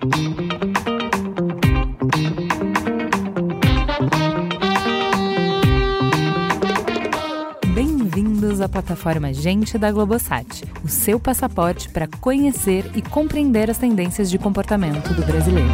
Bem-vindos à plataforma Gente da Globosat, o seu passaporte para conhecer e compreender as tendências de comportamento do brasileiro.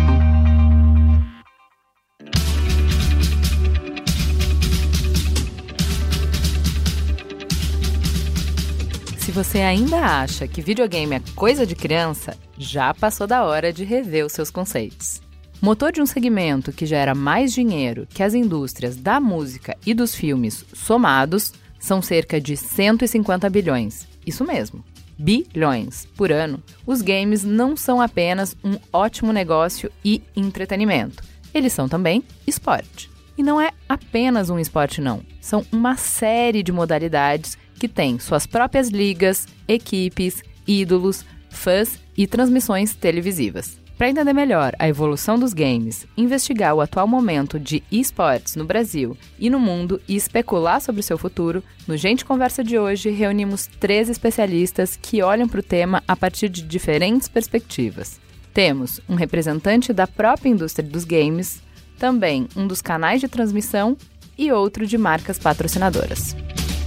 Se você ainda acha que videogame é coisa de criança, já passou da hora de rever os seus conceitos. Motor de um segmento que gera mais dinheiro que as indústrias da música e dos filmes somados são cerca de 150 bilhões. Isso mesmo, bilhões por ano. Os games não são apenas um ótimo negócio e entretenimento. Eles são também esporte. E não é apenas um esporte, não. São uma série de modalidades que têm suas próprias ligas, equipes, ídolos, fãs e transmissões televisivas. Para entender melhor a evolução dos games, investigar o atual momento de esportes no Brasil e no mundo e especular sobre o seu futuro, no Gente Conversa de hoje reunimos 3 especialistas que olham para o tema a partir de diferentes perspectivas. Temos um representante da própria indústria dos games, também um dos canais de transmissão e outro de marcas patrocinadoras.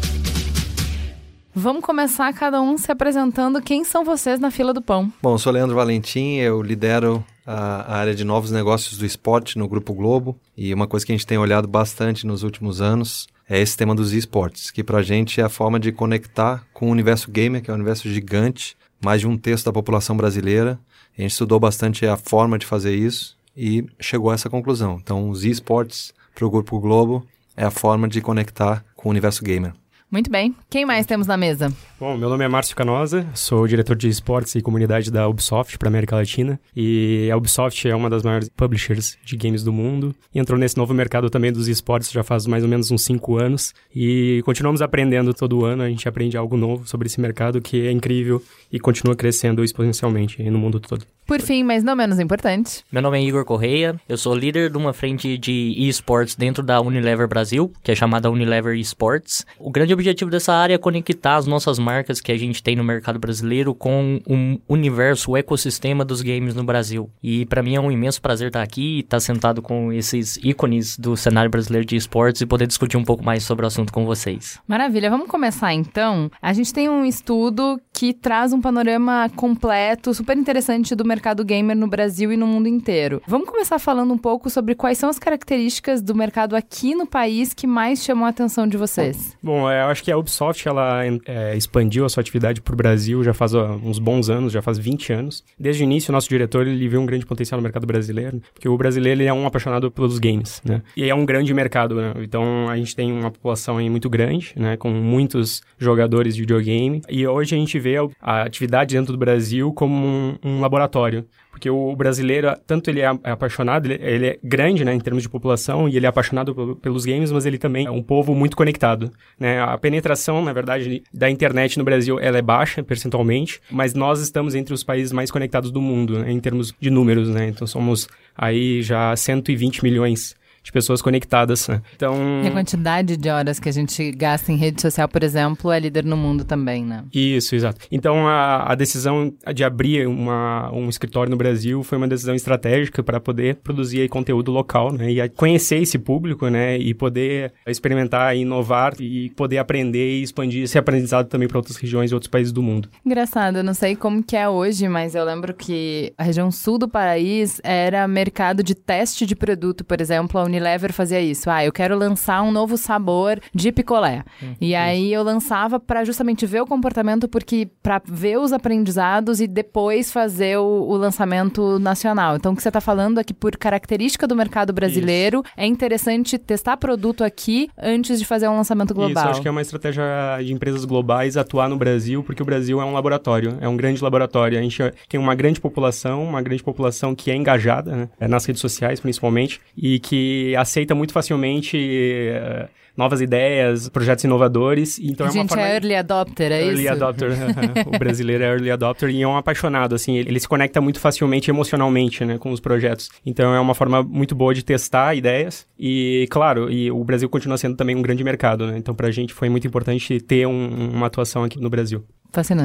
Vamos começar cada um se apresentando. Quem são vocês na fila do pão? Bom, eu sou Leandro Valentim, eu lidero a área de novos negócios do esporte no Grupo Globo. E uma coisa que a gente tem olhado bastante nos últimos anos é esse tema dos esportes, que pra gente é a forma de conectar com o universo gamer, que é um universo gigante, mais de 1/3 da população brasileira. A gente estudou bastante a forma de fazer isso e chegou a essa conclusão. Então, os esportes para o Grupo Globo é a forma de conectar com o universo gamer. Muito bem. Quem mais temos na mesa? Bom, meu nome é Márcio Canosa, sou diretor de esportes e comunidade da Ubisoft para a América Latina. E a Ubisoft é uma das maiores publishers de games do mundo. E entrou nesse novo mercado também dos esportes já faz mais ou menos uns 5 anos. E continuamos aprendendo todo ano, a gente aprende algo novo sobre esse mercado que é incrível e continua crescendo exponencialmente no mundo todo. Por fim, mas não menos importante. Meu nome é Igor Correia, eu sou líder de uma frente de esportes dentro da Unilever Brasil, que é chamada Unilever Esports. O grande objetivo dessa área é conectar as nossas marcas que a gente tem no mercado brasileiro com o universo, o ecossistema dos games no Brasil. E para mim é um imenso prazer estar aqui e estar sentado com esses ícones do cenário brasileiro de esportes e poder discutir um pouco mais sobre o assunto com vocês. Maravilha, vamos começar então. A gente tem um estudo que traz um panorama completo, super interessante do mercado gamer no Brasil e no mundo inteiro. Vamos começar falando um pouco sobre quais são as características do mercado aqui no país que mais chamam a atenção de vocês. Bom, eu acho que a Ubisoft ela expandiu a sua atividade para o Brasil já faz uns bons anos, já faz 20 anos. Desde o início, o nosso diretor ele viu um grande potencial no mercado brasileiro, porque o brasileiro ele é um apaixonado pelos games, né? E é um grande mercado, né? Então, a gente tem uma população aí muito grande, né? Com muitos jogadores de videogame. E hoje a gente vê a atividade dentro do Brasil como um laboratório. Porque o brasileiro, tanto ele é apaixonado, ele é grande, né, em termos de população, e ele é apaixonado pelos games, mas ele também é um povo muito conectado, né? A penetração, na verdade, da internet no Brasil, ela é baixa, percentualmente, mas nós estamos entre os países mais conectados do mundo, né, em termos de números, né? Então, somos aí já 120 milhões de pessoas conectadas, né? Então... E a quantidade de horas que a gente gasta em rede social, por exemplo, é líder no mundo também, né? Isso, exato. Então, a decisão de abrir um escritório no Brasil foi uma decisão estratégica para poder produzir aí conteúdo local, né? E conhecer esse público, né? E poder experimentar, inovar e poder aprender e expandir esse aprendizado também para outras regiões e outros países do mundo. Engraçado, eu não sei como que é hoje, mas eu lembro que a região sul do país era mercado de teste de produto, por exemplo, a Unilever fazia isso. Eu quero lançar um novo sabor de picolé. E aí eu lançava para justamente ver o comportamento, porque para ver os aprendizados e depois fazer o lançamento nacional. Então, o que você está falando é que por característica do mercado brasileiro, é interessante testar produto aqui antes de fazer um lançamento global. Isso, acho que é uma estratégia de empresas globais atuar no Brasil, porque o Brasil é um laboratório, é um grande laboratório. A gente tem uma grande população que é engajada, né? Nas redes sociais, principalmente, e que aceita muito facilmente novas ideias, projetos inovadores. Então a gente é early adopter, é early isso? Early adopter. O brasileiro é early adopter e é um apaixonado, assim. Ele se conecta muito facilmente, emocionalmente, né, com os projetos. Então é uma forma muito boa de testar ideias. E, claro, o Brasil continua sendo também um grande mercado, né? Então pra gente foi muito importante ter uma atuação aqui no Brasil. Fascinante.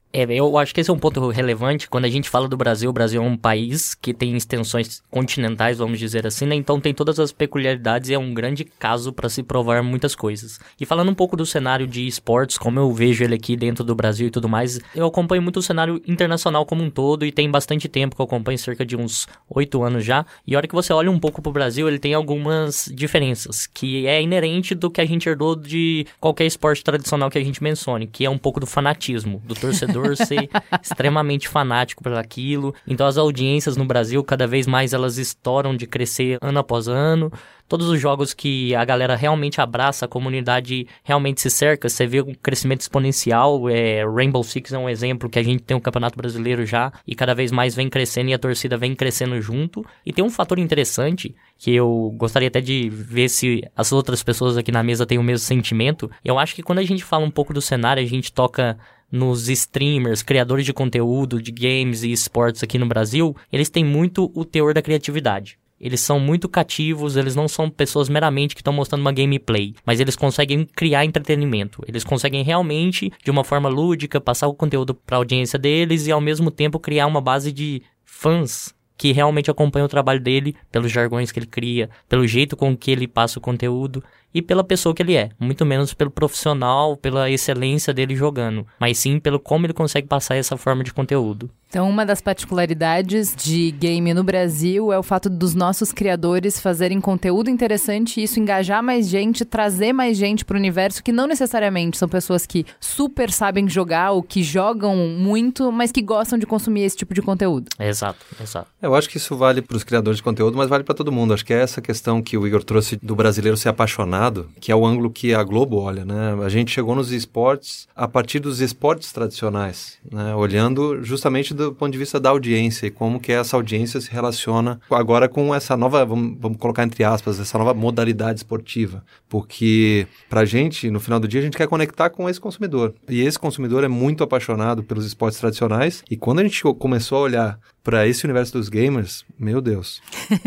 Eu acho que esse é um ponto relevante. Quando a gente fala do Brasil, o Brasil é um país que tem extensões continentais, vamos dizer assim, né? Então tem todas as peculiaridades e é um grande caso para se provar muitas coisas. E falando um pouco do cenário de esportes, como eu vejo ele aqui dentro do Brasil e tudo mais, eu acompanho muito o cenário internacional como um todo e tem bastante tempo que eu acompanho, cerca de uns 8 anos já. E a hora que você olha um pouco pro Brasil, ele tem algumas diferenças, que é inerente do que a gente herdou de qualquer esporte tradicional que a gente mencione, que é um pouco do fanatismo, do torcedor ser extremamente fanático por aquilo. Então as audiências no Brasil, cada vez mais elas estouram de crescer ano após ano. Todos os jogos que a galera realmente abraça, a comunidade realmente se cerca, você vê um crescimento exponencial. Rainbow Six é um exemplo que a gente tem um campeonato brasileiro já e cada vez mais vem crescendo e a torcida vem crescendo junto. E tem um fator interessante que eu gostaria até de ver se as outras pessoas aqui na mesa têm o mesmo sentimento. Eu acho que quando a gente fala um pouco do cenário, a gente toca nos streamers, criadores de conteúdo, de games e esportes aqui no Brasil, eles têm muito o teor da criatividade. Eles são muito cativos, eles não são pessoas meramente que estão mostrando uma gameplay, mas eles conseguem criar entretenimento. Eles conseguem realmente, de uma forma lúdica, passar o conteúdo para a audiência deles e ao mesmo tempo criar uma base de fãs que realmente acompanham o trabalho dele pelos jargões que ele cria, pelo jeito com que ele passa o conteúdo e pela pessoa que ele é. Muito menos pelo profissional, pela excelência dele jogando, mas sim pelo como ele consegue passar essa forma de conteúdo. Então, uma das particularidades de game no Brasil é o fato dos nossos criadores fazerem conteúdo interessante e isso engajar mais gente, trazer mais gente para o universo, que não necessariamente são pessoas que super sabem jogar ou que jogam muito, mas que gostam de consumir esse tipo de conteúdo. Exato. Eu acho que isso vale para os criadores de conteúdo, mas vale para todo mundo. Acho que é essa questão que o Igor trouxe do brasileiro ser apaixonado, que é o ângulo que a Globo olha, né? A gente chegou nos esportes a partir dos esportes tradicionais, né? Olhando justamente do ponto de vista da audiência e como que essa audiência se relaciona agora com essa nova, vamos colocar entre aspas, essa nova modalidade esportiva. Porque pra gente, no final do dia, a gente quer conectar com esse consumidor. E esse consumidor é muito apaixonado pelos esportes tradicionais. E quando a gente começou a olhar para esse universo dos gamers, meu Deus,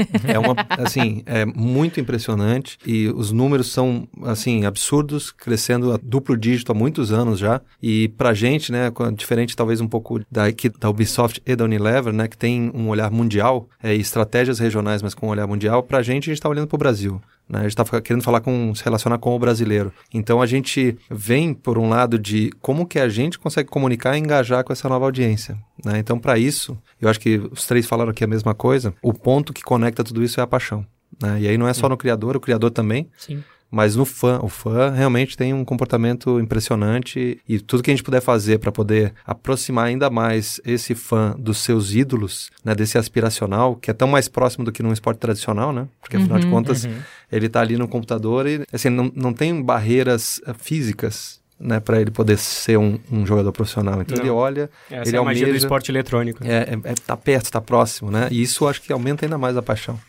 é muito impressionante e os números são, assim, absurdos, crescendo a duplo dígito há muitos anos já. E pra gente, né, diferente talvez um pouco da Ubisoft e da Unilever, né, que tem um olhar mundial, estratégias regionais, mas com um olhar mundial, pra gente a gente tá olhando pro Brasil. A gente está querendo se relacionar com o brasileiro. Então, a gente vem, por um lado, de como que a gente consegue comunicar e engajar com essa nova audiência, né? Então, para isso, eu acho que os três falaram aqui a mesma coisa, o ponto que conecta tudo isso é a paixão, né? E aí não é só no criador, o criador também. Sim. Mas no fã, o fã realmente tem um comportamento impressionante e tudo que a gente puder fazer para poder aproximar ainda mais esse fã dos seus ídolos, né, desse aspiracional, que é tão mais próximo do que num esporte tradicional, né? Porque afinal de contas, ele tá ali no computador e assim, não tem barreiras físicas, né, para ele poder ser um jogador profissional. Então ele olha, essa ele é a magia almeja, do esporte eletrônico. Tá perto, tá próximo, né? E isso acho que aumenta ainda mais a paixão.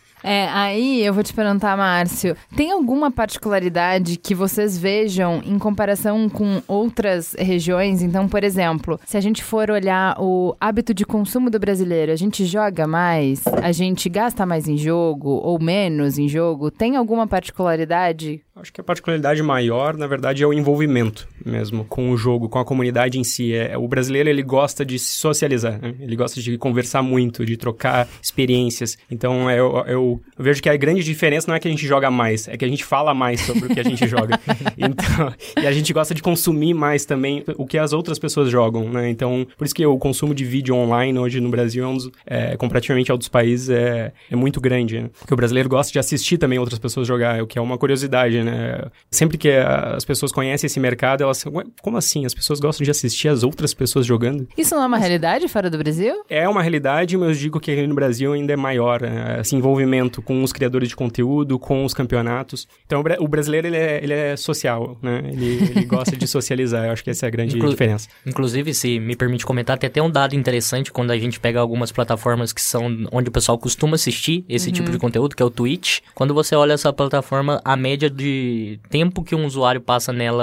Aí eu vou te perguntar, Márcio, tem alguma particularidade que vocês vejam em comparação com outras regiões? Então, por exemplo, se a gente for olhar o hábito de consumo do brasileiro, a gente joga mais? A gente gasta mais em jogo ou menos em jogo? Tem alguma particularidade? Acho que a particularidade maior, na verdade, é o envolvimento mesmo com o jogo, com a comunidade em si. O brasileiro, ele gosta de se socializar, né? Ele gosta de conversar muito, de trocar experiências. Então, eu vejo que a grande diferença não é que a gente joga mais, é que a gente fala mais sobre o que a gente joga. Então, e a gente gosta de consumir mais também o que as outras pessoas jogam, né? Então, por isso que o consumo de vídeo online hoje no Brasil comparativamente ao dos países, é muito grande, né? Porque o brasileiro gosta de assistir também outras pessoas jogar, o que é uma curiosidade, né? Sempre que as pessoas conhecem esse mercado, elas... Como assim? As pessoas gostam de assistir as outras pessoas jogando? Isso não é uma realidade fora do Brasil? É uma realidade, mas eu digo que aqui no Brasil ainda é maior, esse envolvimento com os criadores de conteúdo, com os campeonatos. Então, o brasileiro, ele é social, né? Ele gosta de socializar. Eu acho que essa é a grande diferença. Inclusive, se me permite comentar, tem até um dado interessante quando a gente pega algumas plataformas que são onde o pessoal costuma assistir esse tipo de conteúdo, que é o Twitch. Quando você olha essa plataforma, a média de tempo que um usuário passa nela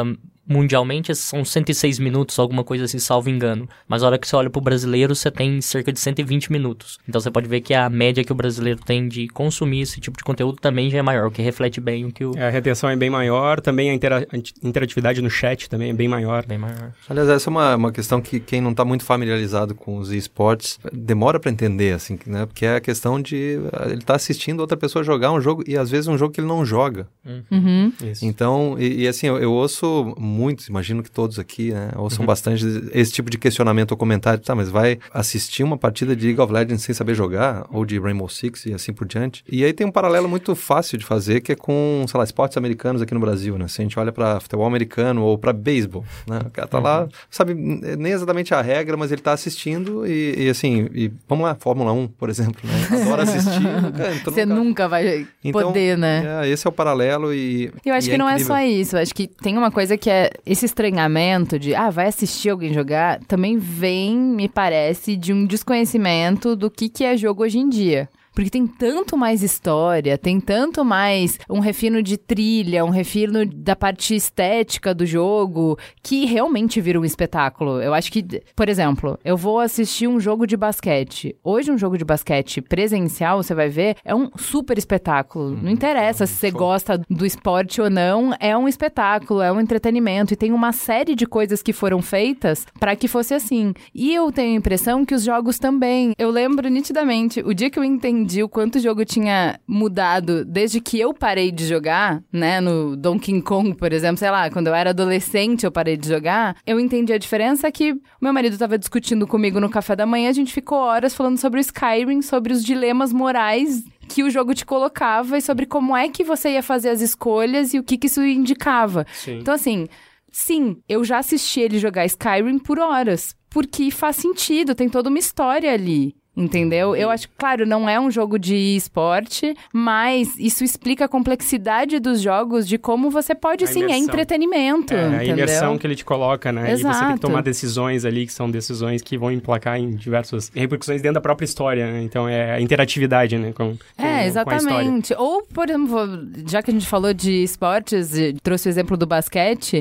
mundialmente são 106 minutos, alguma coisa assim, salvo engano. Mas a hora que você olha pro brasileiro, você tem cerca de 120 minutos. Então você pode ver que a média que o brasileiro tem de consumir esse tipo de conteúdo também já é maior, o que reflete bem o que o... A retenção é bem maior, também a interatividade no chat também é bem maior. Bem maior. Aliás, essa é uma questão que quem não está muito familiarizado com os esportes demora para entender, assim, né? Porque é a questão de ele tá assistindo outra pessoa jogar um jogo, e às vezes um jogo que ele não joga. Uhum. Isso. Então, assim, eu ouço muito, imagino que todos aqui, né, ouçam bastante esse tipo de questionamento ou comentário, tá, mas vai assistir uma partida de League of Legends sem saber jogar, ou de Rainbow Six e assim por diante. E aí tem um paralelo muito fácil de fazer, que é com, sei lá, esportes americanos aqui no Brasil, né? Se a gente olha para futebol americano ou para beisebol, né? O cara tá lá, sabe nem exatamente a regra, mas ele tá assistindo e assim, vamos lá, Fórmula 1, por exemplo, né? Adora assistir. Você nunca vai poder, né? Esse é o paralelo e... Eu acho que não é só isso, eu acho que tem uma coisa que é esse estranhamento de, vai assistir alguém jogar, também vem, me parece, de um desconhecimento do que é jogo hoje em dia. Porque tem tanto mais história, tem tanto mais um refino de trilha, um refino da parte estética do jogo, que realmente vira um espetáculo. Eu acho que, por exemplo, eu vou assistir um jogo de basquete. Hoje, um jogo de basquete presencial, você vai ver, é um super espetáculo. Não interessa se você gosta do esporte ou não, é um espetáculo, é um entretenimento. E tem uma série de coisas que foram feitas para que fosse assim. E eu tenho a impressão que os jogos também. Eu lembro nitidamente, o dia que eu entendi o quanto o jogo tinha mudado desde que eu parei de jogar, né, no Donkey Kong, por exemplo, sei lá, quando eu era adolescente eu parei de jogar, eu entendi a diferença que meu marido estava discutindo comigo no café da manhã, a gente ficou horas falando sobre o Skyrim, sobre os dilemas morais que o jogo te colocava e sobre como é que você ia fazer as escolhas e o que isso indicava. Sim. Então, assim, sim, eu já assisti ele jogar Skyrim por horas, porque faz sentido, tem toda uma história ali. Entendeu? Eu acho que, claro, não é um jogo de esporte, mas isso explica a complexidade dos jogos, de como você pode, sim, é entretenimento, entendeu? A imersão que ele te coloca, né? Exato. E você tem que tomar decisões ali, que são decisões que vão emplacar em diversas repercussões dentro da própria história, né? Então, é a interatividade, né? Com exatamente. Com a história. Ou, por exemplo, já que a gente falou de esportes, trouxe o exemplo do basquete,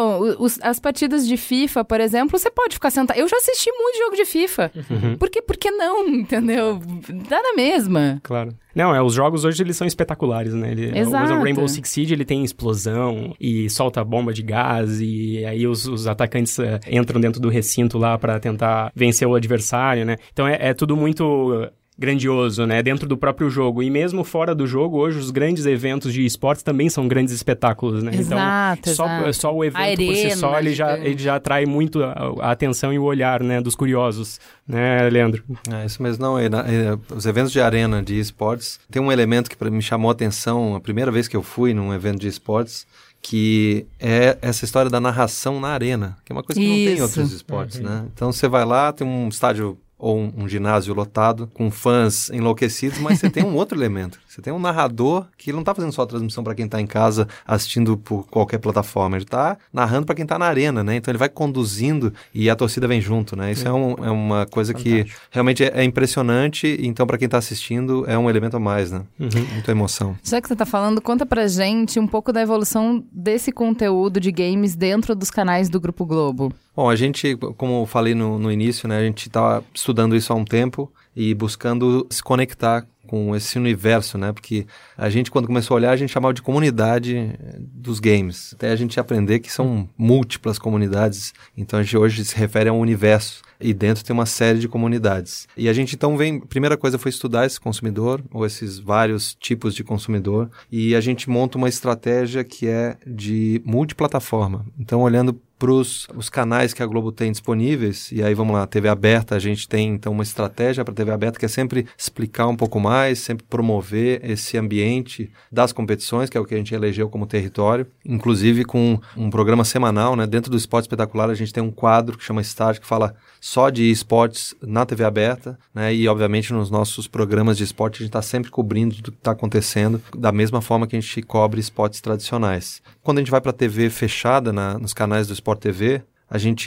as partidas de FIFA, por exemplo, você pode ficar sentado. Eu já assisti muito jogo de FIFA. Por que não? Entendeu? Dá na mesma. Claro. Não, os jogos hoje eles são espetaculares, né? Exato. O Rainbow Six Siege, ele tem explosão e solta bomba de gás e aí os atacantes entram dentro do recinto lá pra tentar vencer o adversário, né? Então é tudo muito grandioso, né? Dentro do próprio jogo. E mesmo fora do jogo, hoje os grandes eventos de esportes também são grandes espetáculos, né? Exato, então, só o evento por si só, ele já atrai muito a atenção e o olhar, né? Dos curiosos, né, Leandro? É isso mesmo. Não, os eventos de arena de esportes, tem um elemento que me chamou a atenção a primeira vez que eu fui num evento de esportes, que é essa história da narração na arena, que é uma coisa que não tem em outros esportes, né? Então você vai lá, tem um estádio ou um ginásio lotado, com fãs enlouquecidos, mas você tem um outro elemento. Você tem um narrador que não está fazendo só a transmissão para quem está em casa assistindo por qualquer plataforma, ele está narrando para quem está na arena, né? Então ele vai conduzindo e a torcida vem junto, né? Isso é uma coisa que realmente é impressionante, então para quem está assistindo é um elemento a mais, né? Muita emoção. Já que você está falando, conta pra gente um pouco da evolução desse conteúdo de games dentro dos canais do Grupo Globo. Bom, a gente, como eu falei no início, né, a gente está estudando isso há um tempo e buscando se conectar com esse universo, né? Porque a gente, quando começou a olhar, a gente chamava de comunidade dos games. Até a gente aprender que são múltiplas comunidades. Então, a gente hoje se refere a um universo. E dentro tem uma série de comunidades. E a gente, então, primeira coisa foi estudar esse consumidor, ou esses vários tipos de consumidor. E a gente monta uma estratégia que é de multiplataforma. Então, olhando para os canais que a Globo tem disponíveis, e aí vamos lá, TV aberta, a gente tem então uma estratégia para TV aberta que é sempre explicar um pouco mais, sempre promover esse ambiente das competições, que é o que a gente elegeu como território, inclusive com um programa semanal, né? Dentro do Esporte Espetacular a gente tem um quadro que chama Start, que fala só de esportes na TV aberta, né? E obviamente nos nossos programas de esporte a gente está sempre cobrindo tudo que está acontecendo, da mesma forma que a gente cobre esportes tradicionais. Quando a gente vai para a TV fechada, nos canais do Sport TV, a gente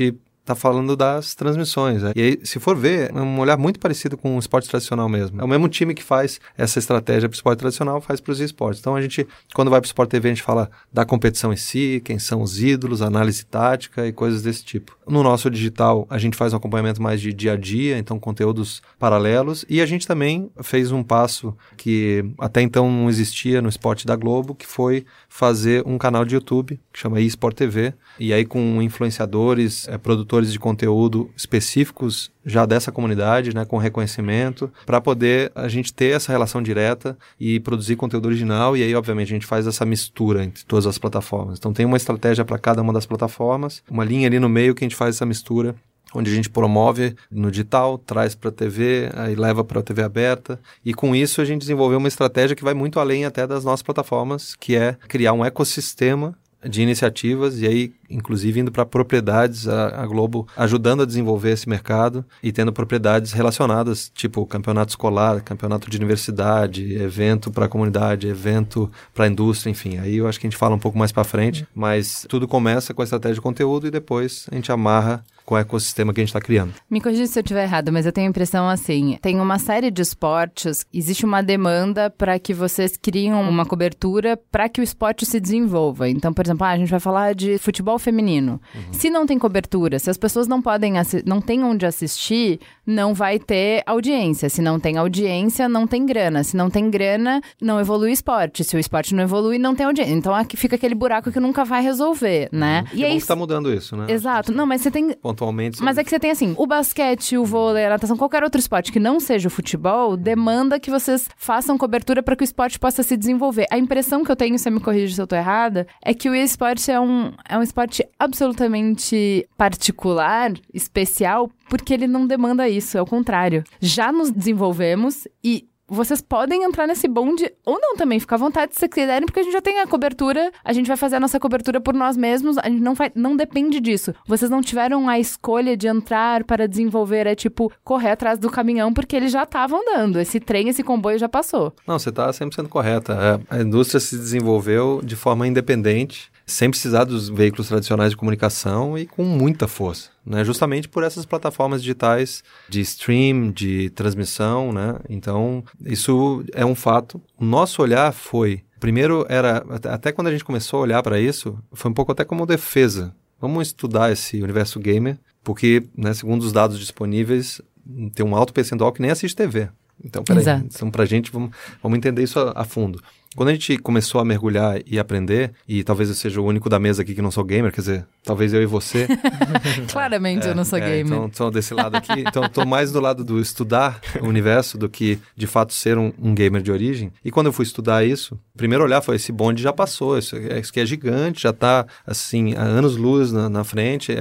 tá falando das transmissões. E aí, se for ver, é um olhar muito parecido com o esporte tradicional mesmo. É o mesmo time que faz essa estratégia para o esporte tradicional, faz para os esportes. Então, a gente, quando vai para o Sport TV, a gente fala da competição em si, quem são os ídolos, análise tática e coisas desse tipo. No nosso digital, a gente faz um acompanhamento mais de dia a dia, então conteúdos paralelos. E a gente também fez um passo que até então não existia no esporte da Globo, que foi fazer um canal de YouTube, que chama eSport TV, e aí com influenciadores, produtores de conteúdo específicos já dessa comunidade, né, com reconhecimento, para poder a gente ter essa relação direta e produzir conteúdo original, e aí, obviamente, a gente faz essa mistura entre todas as plataformas. Então, tem uma estratégia para cada uma das plataformas, uma linha ali no meio que a gente faz essa mistura, onde a gente promove no digital, traz para a TV, aí leva para a TV aberta, e com isso a gente desenvolveu uma estratégia que vai muito além até das nossas plataformas, que é criar um ecossistema de iniciativas, e aí, inclusive, indo para propriedades, a Globo ajudando a desenvolver esse mercado e tendo propriedades relacionadas, tipo campeonato escolar, campeonato de universidade, evento para a comunidade, evento para a indústria, enfim. Aí eu acho que a gente fala um pouco mais para frente, mas tudo começa com a estratégia de conteúdo e depois a gente amarra com o ecossistema que a gente está criando. Me corrija se eu estiver errado, mas eu tenho a impressão assim, tem uma série de esportes, existe uma demanda para que vocês criem uma cobertura para que o esporte se desenvolva. Então, por exemplo, a gente vai falar de futebol feminino. Se não tem cobertura, se as pessoas não podem não têm onde assistir, não vai ter audiência. Se não tem audiência, não tem grana. Se não tem grana, não evolui o esporte. Se o esporte não evolui, não tem audiência. Então, aqui fica aquele buraco que nunca vai resolver, né? E aí está mudando isso, né? Exato. Não, mas você tem... Pontualmente. Mas é que você tem, assim, o basquete, o vôlei, a natação, qualquer outro esporte que não seja o futebol, demanda que vocês façam cobertura para que o esporte possa se desenvolver. A impressão que eu tenho, você me corrige se eu tô errada, é que o esporte é um esporte absolutamente particular, especial, porque ele não demanda isso, é o contrário. Já nos desenvolvemos e vocês podem entrar nesse bonde ou não também, fica à vontade se quiserem, porque a gente já tem a cobertura, a gente vai fazer a nossa cobertura por nós mesmos, a gente não depende disso. Vocês não tiveram a escolha de entrar para desenvolver, correr atrás do caminhão, porque eles já estavam andando, esse trem, esse comboio já passou. Não, você está 100% correta. A indústria se desenvolveu de forma independente, sem precisar dos veículos tradicionais de comunicação e com muita força, né? Justamente por essas plataformas digitais de stream, de transmissão, né? Então, isso é um fato. O nosso olhar foi... Primeiro, até quando a gente começou a olhar para isso, foi um pouco até como defesa. Vamos estudar esse universo gamer, porque, né, segundo os dados disponíveis, tem um alto percentual que nem assiste TV. Então, peraí. Então, pra gente, vamos entender isso a fundo. Quando a gente começou a mergulhar e aprender, e talvez eu seja o único da mesa aqui que não sou gamer, quer dizer, talvez eu e você. Claramente eu não sou gamer. Então, estou desse lado aqui. Então, estou mais do lado do estudar o universo do que, de fato, ser um gamer de origem. E quando eu fui estudar isso, o primeiro olhar foi, esse bonde já passou, isso aqui é gigante, já está, assim, há anos-luz na frente.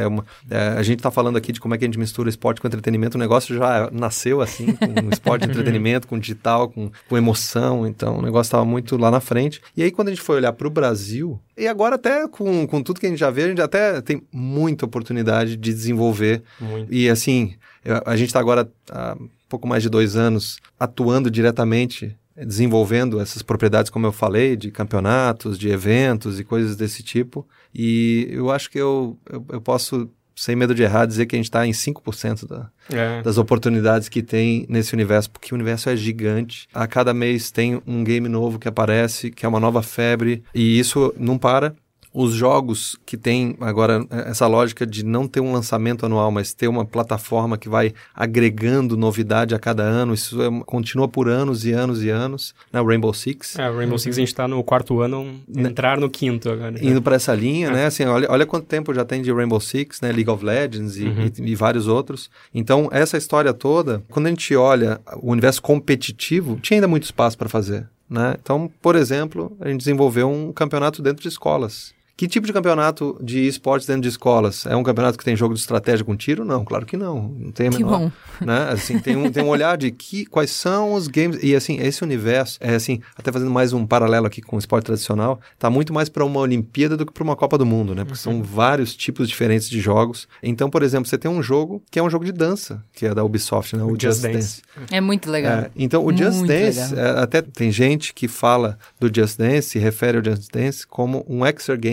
A gente está falando aqui de como é que a gente mistura esporte com entretenimento, o negócio já nasceu, assim, com esporte e entretenimento, com digital, com emoção. Então, o negócio estava muito lá na frente. E aí, quando a gente foi olhar para o Brasil, e agora até com tudo que a gente já vê, a gente até tem muita oportunidade de desenvolver. Muito. E assim, a gente está agora há pouco mais de 2 anos atuando diretamente, desenvolvendo essas propriedades, como eu falei, de campeonatos, de eventos e coisas desse tipo. E eu acho que eu posso, sem medo de errar, dizer que a gente está em 5% das oportunidades que tem nesse universo, porque o universo é gigante. A cada mês tem um game novo que aparece, que é uma nova febre, e isso não para. Os jogos que tem agora essa lógica de não ter um lançamento anual, mas ter uma plataforma que vai agregando novidade a cada ano, isso continua por anos e anos e anos, né? O Rainbow Six. O Rainbow Six a gente está no 4º ano, entrar no 5º agora. Indo para essa linha, né? Assim, olha quanto tempo já tem de Rainbow Six, né? League of Legends e vários outros. Então, essa história toda, quando a gente olha o universo competitivo, tinha ainda muito espaço para fazer, né? Então, por exemplo, a gente desenvolveu um campeonato dentro de escolas. Que tipo de campeonato de esportes dentro de escolas? É um campeonato que tem jogo de estratégia com tiro? Não, claro que não. Não tem a menor. Que bom. Né? Assim, tem um olhar de quais são os games. E assim, esse universo, assim, até fazendo mais um paralelo aqui com o esporte tradicional, tá muito mais para uma Olimpíada do que para uma Copa do Mundo, né? Porque são vários tipos diferentes de jogos. Então, por exemplo, você tem um jogo que é um jogo de dança, que é da Ubisoft, né? O Just Dance. É muito legal. Então, o Just Dance, até tem gente que fala do Just Dance, se refere ao Just Dance como um extra game.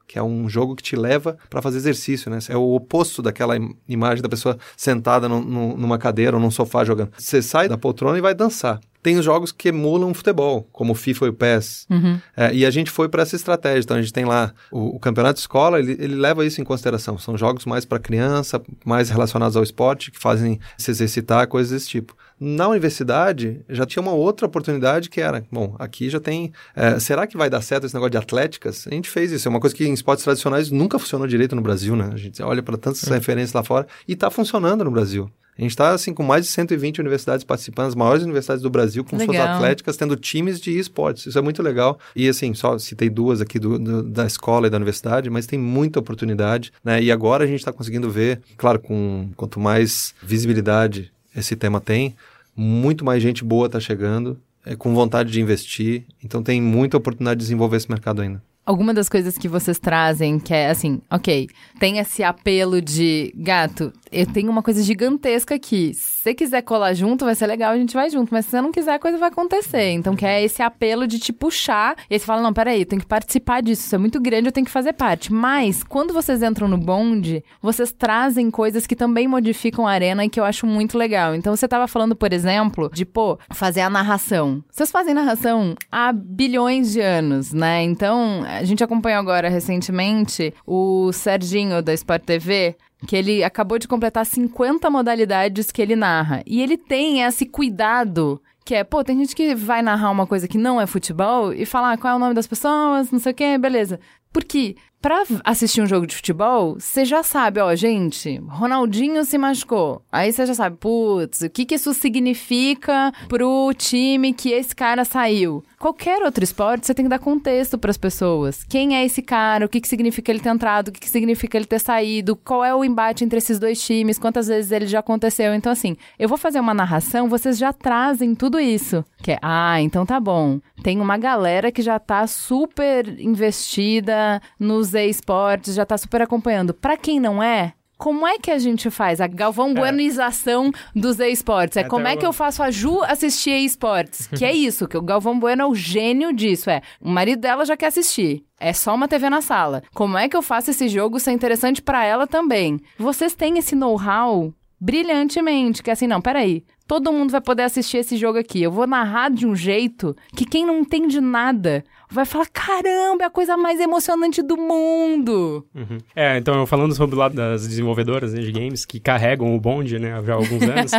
que é um jogo que te leva para fazer exercício, né? É o oposto daquela imagem da pessoa sentada numa cadeira ou num sofá jogando. Você sai da poltrona e vai dançar. Tem os jogos que emulam futebol, como o FIFA e o PES. E a gente foi para essa estratégia. Então, a gente tem lá o campeonato de escola, ele leva isso em consideração. São jogos mais para criança, mais relacionados ao esporte, que fazem se exercitar, coisas desse tipo. Na universidade, já tinha uma outra oportunidade que era, bom, aqui já tem... será que vai dar certo esse negócio de atléticas? A gente fez isso. É uma coisa que em esportes tradicionais nunca funcionou direito no Brasil, né? A gente olha para tantas referências lá fora e está funcionando no Brasil. A gente está, assim, com mais de 120 universidades participando, as maiores universidades do Brasil, com suas atléticas, tendo times de esportes. Isso é muito legal. E, assim, só citei duas aqui da escola e da universidade, mas tem muita oportunidade, né? E agora a gente está conseguindo ver, claro, quanto mais visibilidade esse tema tem, muito mais gente boa está chegando, com vontade de investir. Então, tem muita oportunidade de desenvolver esse mercado ainda. Alguma das coisas que vocês trazem, que é assim, ok, tem esse apelo de, gato, eu tenho uma coisa gigantesca aqui, se você quiser colar junto, vai ser legal, a gente vai junto, mas se você não quiser, a coisa vai acontecer. Então, que é esse apelo de te puxar, e aí você fala, não, peraí, eu tenho que participar disso, isso é muito grande, eu tenho que fazer parte. Mas, quando vocês entram no bonde, vocês trazem coisas que também modificam a arena e que eu acho muito legal. Então, você tava falando, por exemplo, de, fazer a narração. Vocês fazem narração há bilhões de anos, né? Então, a gente acompanhou agora, recentemente, o Serginho, da Sport TV, que ele acabou de completar 50 modalidades que ele narra. E ele tem esse cuidado, que é, tem gente que vai narrar uma coisa que não é futebol e falar qual é o nome das pessoas, não sei o quê, beleza. Porque pra assistir um jogo de futebol, você já sabe, gente, Ronaldinho se machucou. Aí você já sabe, putz, o que isso significa pro time que esse cara saiu? Qualquer outro esporte, você tem que dar contexto pras pessoas. Quem é esse cara? O que significa ele ter entrado? O que significa ele ter saído? Qual é o embate entre esses dois times? Quantas vezes ele já aconteceu? Então, assim, eu vou fazer uma narração, vocês já trazem tudo isso. Que é, então tá bom. Tem uma galera que já tá super investida nos esportes, já tá super acompanhando. Pra quem não é, como é que a gente faz a Galvão Buenoização dos esportes? Como é que eu faço a Ju assistir esportes? Que é isso, que o Galvão Bueno é o gênio disso. O marido dela já quer assistir. É só uma TV na sala. Como é que eu faço esse jogo ser interessante pra ela também? Vocês têm esse know-how brilhantemente, que é assim, não, peraí. Todo mundo vai poder assistir esse jogo aqui. Eu vou narrar de um jeito que quem não entende nada vai falar, caramba, é a coisa mais emocionante do mundo. Então, falando sobre o lado das desenvolvedoras, né, de games, que carregam o bonde, né, já há alguns anos.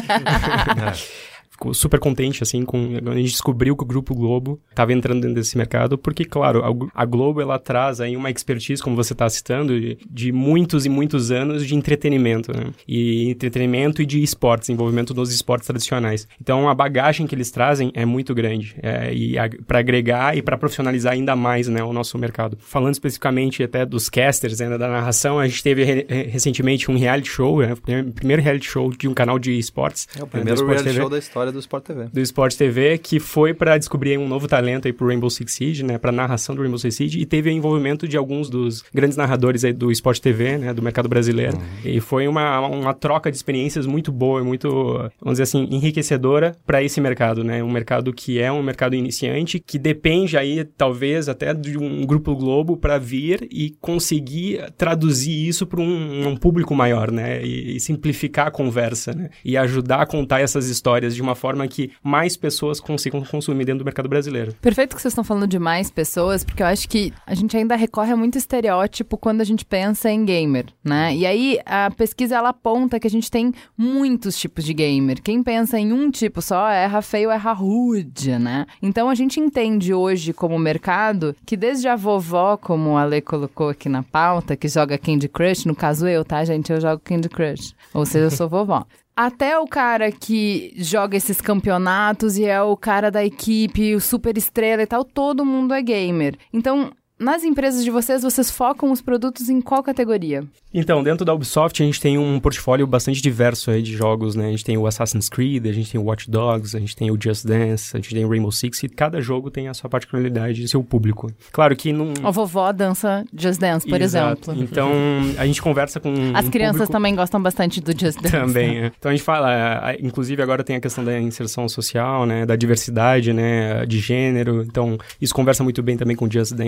Ficou super contente, assim, quando a gente descobriu que o Grupo Globo estava entrando dentro desse mercado, porque, claro, a Globo, ela traz aí uma expertise, como você está citando, de muitos e muitos anos de entretenimento, né? E entretenimento e de esportes, envolvimento nos esportes tradicionais. Então, a bagagem que eles trazem é muito grande, para agregar e para profissionalizar ainda mais, né, o nosso mercado. Falando especificamente até dos casters, né, da narração, a gente teve recentemente um reality show, né, o primeiro reality show de um canal de esportes. É o primeiro reality show da história do Sport TV. Do Sport TV, que foi para descobrir um novo talento aí pro Rainbow Six Siege, né, pra narração do Rainbow Six Siege, e teve o envolvimento de alguns dos grandes narradores aí do Sport TV, né, do mercado brasileiro. E foi uma troca de experiências muito boa, muito, vamos dizer assim, enriquecedora para esse mercado, né, um mercado que é um mercado iniciante, que depende aí, talvez, até de um Grupo Globo para vir e conseguir traduzir isso para um público maior, né, e simplificar a conversa, né, e ajudar a contar essas histórias de uma forma que mais pessoas consigam consumir dentro do mercado brasileiro. Perfeito que vocês estão falando de mais pessoas, porque eu acho que a gente ainda recorre a muito estereótipo quando a gente pensa em gamer, né? E aí, a pesquisa, ela aponta que a gente tem muitos tipos de gamer. Quem pensa em um tipo só, erra feio, erra rude, né? Então, a gente entende hoje como mercado que desde a vovó, como a Ale colocou aqui na pauta, que joga Candy Crush, no caso eu, tá, gente? Eu jogo Candy Crush. Ou seja, eu sou vovó. Até o cara que joga esses campeonatos e é o cara da equipe, o super estrela e tal, todo mundo é gamer. Então, nas empresas de vocês focam os produtos em qual categoria? Então, dentro da Ubisoft, a gente tem um portfólio bastante diverso aí de jogos, né? A gente tem o Assassin's Creed, a gente tem o Watch Dogs, a gente tem o Just Dance, a gente tem o Rainbow Six, e cada jogo tem a sua particularidade e seu público. Claro que não... A vovó dança Just Dance, por exemplo. Então, a gente conversa com as crianças também gostam bastante do Just Dance. Também, né? Então, a gente fala... Inclusive, agora tem a questão da inserção social, né? Da diversidade, né? De gênero. Então, isso conversa muito bem também com o Just Dance.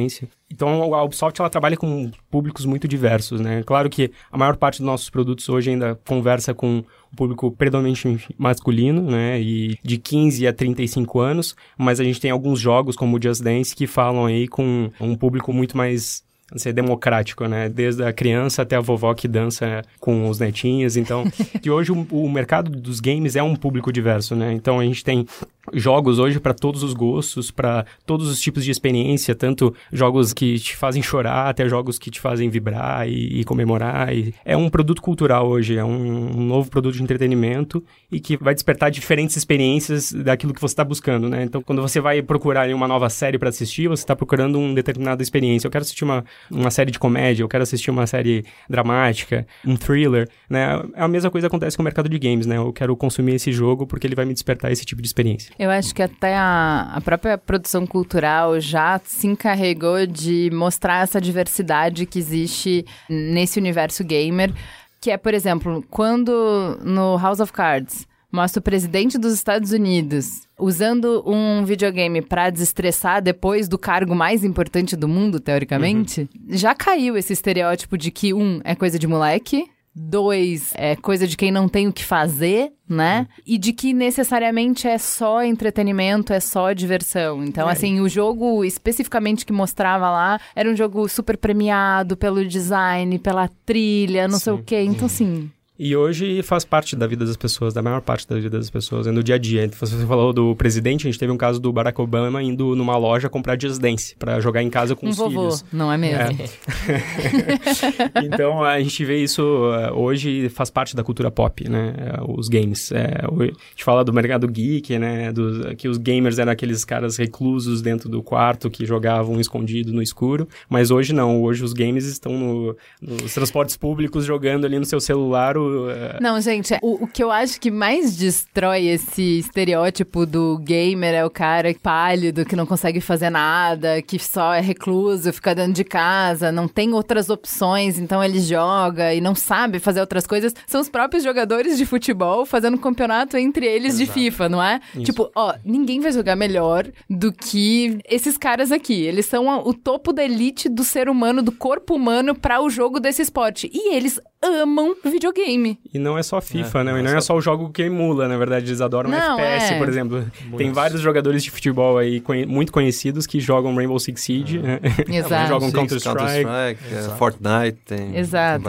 Então, a Ubisoft, ela trabalha com públicos muito diversos, né? Claro que a maior parte dos nossos produtos hoje ainda conversa com um público predominantemente masculino, né? E de 15 a 35 anos, mas a gente tem alguns jogos, como o Just Dance, que falam aí com um público muito mais... ser democrático, né? Desde a criança até a vovó que dança com os netinhos. Então, de hoje o mercado dos games é um público diverso, né? Então, a gente tem jogos hoje para todos os gostos, para todos os tipos de experiência, tanto jogos que te fazem chorar, até jogos que te fazem vibrar e comemorar. E é um produto cultural hoje, é um novo produto de entretenimento e que vai despertar diferentes experiências daquilo que você está buscando, né? Então, quando você vai procurar uma nova série para assistir, você está procurando uma determinada experiência. Eu quero assistir uma série de comédia, eu quero assistir uma série dramática, um thriller, né? A mesma coisa acontece com o mercado de games, né? Eu quero consumir esse jogo porque ele vai me despertar esse tipo de experiência. Eu acho que até a própria produção cultural já se encarregou de mostrar essa diversidade que existe nesse universo gamer, que é, por exemplo, quando no House of Cards mostra o presidente dos Estados Unidos usando um videogame para desestressar depois do cargo mais importante do mundo, teoricamente, já caiu esse estereótipo de que, é coisa de moleque, 2, é coisa de quem não tem o que fazer, né? E de que necessariamente é só entretenimento, é só diversão. Então, assim, o jogo especificamente que mostrava lá era um jogo super premiado pelo design, pela trilha, não sei o quê. Então, assim... E hoje faz parte da vida das pessoas, da maior parte da vida das pessoas, no dia a dia. Você falou do presidente, a gente teve um caso do Barack Obama indo numa loja comprar Just Dance pra jogar em casa com os filhos. Não é mesmo? Então, a gente vê isso hoje, faz parte da cultura pop, né? Os games. A gente fala do mercado geek, né? Que os gamers eram aqueles caras reclusos dentro do quarto que jogavam escondido no escuro. Mas hoje não. Hoje os games estão nos transportes públicos jogando ali no seu celular. Não, gente, o que eu acho que mais destrói esse estereótipo do gamer é o cara pálido, que não consegue fazer nada, que só é recluso, fica dentro de casa, não tem outras opções, então ele joga e não sabe fazer outras coisas. São os próprios jogadores de futebol fazendo campeonato entre eles de FIFA, não é? Isso. Tipo, ninguém vai jogar melhor do que esses caras aqui. Eles são o topo da elite do ser humano, do corpo humano para o jogo desse esporte. E eles amam videogame. E não é só FIFA, né? E não é só o jogo que emula, na verdade. Eles adoram FPS, por exemplo. Tem vários jogadores de futebol aí muito conhecidos que jogam Rainbow Six Siege, né? Exato. Jogam Counter-Strike. Fortnite, tem exato.